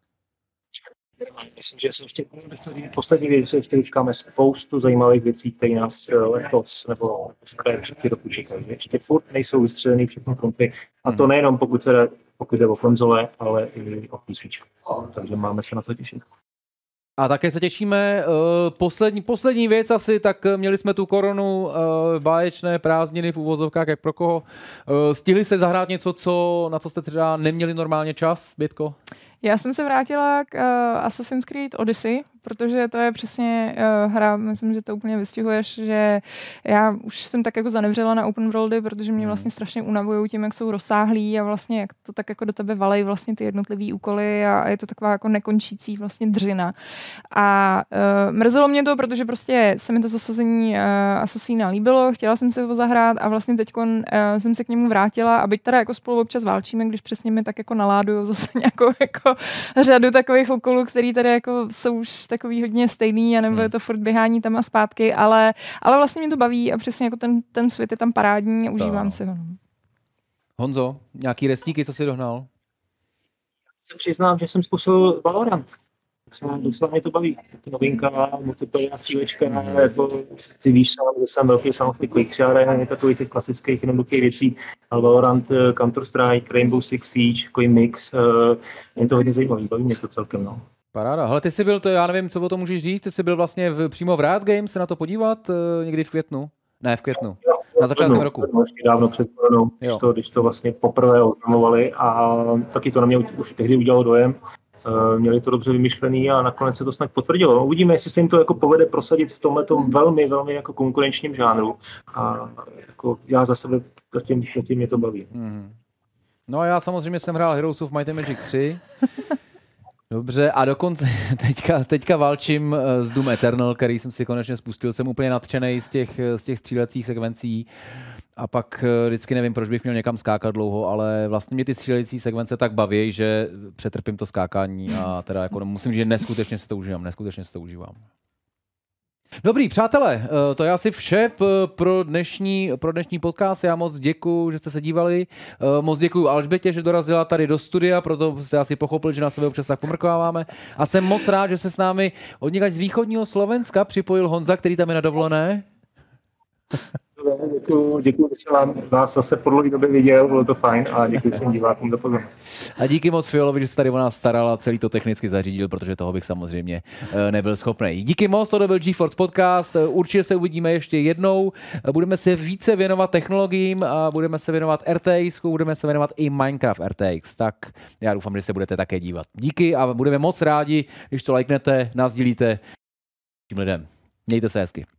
Myslím, že jsem ještě poslední věc, že ještě dočkáme spoustu zajímavých věcí, které nás letos nebo zkraje příští roku čekají. Ještě furt nejsou vystřelený všechny konfy. A to nejenom pokud jde o konzole, ale i o PC. Takže máme se na co těšit. A také se těšíme. Poslední věc asi, tak měli jsme tu koronu, báječné prázdniny v uvozovkách, jak pro koho. Stihli se zahrát něco, na co jste třeba neměli normálně čas, Bětko? Já jsem se vrátila k Assassin's Creed Odyssey, protože to je přesně hra, myslím, že to úplně vystihuješ, že já už jsem tak jako zanevřela na open worldy, protože mě vlastně strašně unavují tím, jak jsou rozsáhlí a vlastně jak to tak jako do tebe valej vlastně ty jednotlivý úkoly a je to taková jako nekončící vlastně dřina. A mrzelo mě to, protože prostě se mi to zasazení Assassina líbilo, chtěla jsem si ho zahrát a vlastně teďkon jsem se k němu vrátila a byť teda jako spolu občas válčíme, když přesně mi tak jako naládujou zase nějakou jako řadu takových úkolů, který tady jako jsou už takový hodně stejný, anebo je to furt běhání tam a zpátky, ale vlastně mě to baví a přesně jako ten svět je tam parádní a užívám si ho. Honzo, nějaký restíky, co jsi dohnal? Se přiznám, že jsem zkusil Valorant. Docela mě to baví. Novinka, multiplayer střílečka, jako ty víš sám, že jsem velký fanoušek Quake, takových těch klasických jednoduchých věcí, ale Valorant, Counter-Strike, Rainbow Six Siege, takový mix, je to hodně zajímavý, baví mě to celkem, no. Paráda. Hele, ty jsi byl, já nevím, co o tom můžeš říct, ty jsi byl vlastně přímo v Riot Games se na to podívat někdy v květnu? Ne, v květnu. Na začátku roku. Ještě dávno před koronou, když to vlastně poprvé oznamovali a taky to na mě už tehdy udělalo dojem. Měli to dobře vymyšlený a nakonec se to snad potvrdilo. Uvidíme, jestli se jim to jako povede prosadit v tomhletom velmi, velmi jako konkurenčním žánru. A jako já za sebe zatím mě to baví. No a já samozřejmě jsem hrál Heroes of Might and Magic 3. Dobře, a dokonce teďka válčím s Doom Eternal, který jsem si konečně spustil. Jsem úplně nadšenej z těch střílecích sekvencí. A pak vždycky nevím, proč bych měl někam skákat dlouho, ale vlastně mě ty střílející sekvence tak baví, že přetrpím to skákání a teda jako musím říct, že neskutečně se to užívám. Dobrý, přátelé, to je asi vše pro dnešní podcast. Já moc děkuju, že jste se dívali. Moc děkuju Alžbětě, že dorazila tady do studia, proto jste asi pochopili, že na sebe občas tak pomrkováváme. A jsem moc rád, že se s námi od někať z východního Slovenska připojil Honza, který tam je na dovolené. Děkuji, že jsem vás zase po dlouhé době viděl, bylo to fajn a děkuji všem divákům za pozornost. A díky moc Fiolovi, že se tady o nás staral a celý to technicky zařídil, protože toho bych samozřejmě nebyl schopný. Díky moc, to byl GeForce Podcast, určitě se uvidíme ještě jednou, budeme se více věnovat technologiím a budeme se věnovat RTX, budeme se věnovat i Minecraft RTX, tak já doufám, že se budete také dívat. Díky a budeme moc rádi, když to lajknete, nasdílíte všem lidem. Mějte se hezky.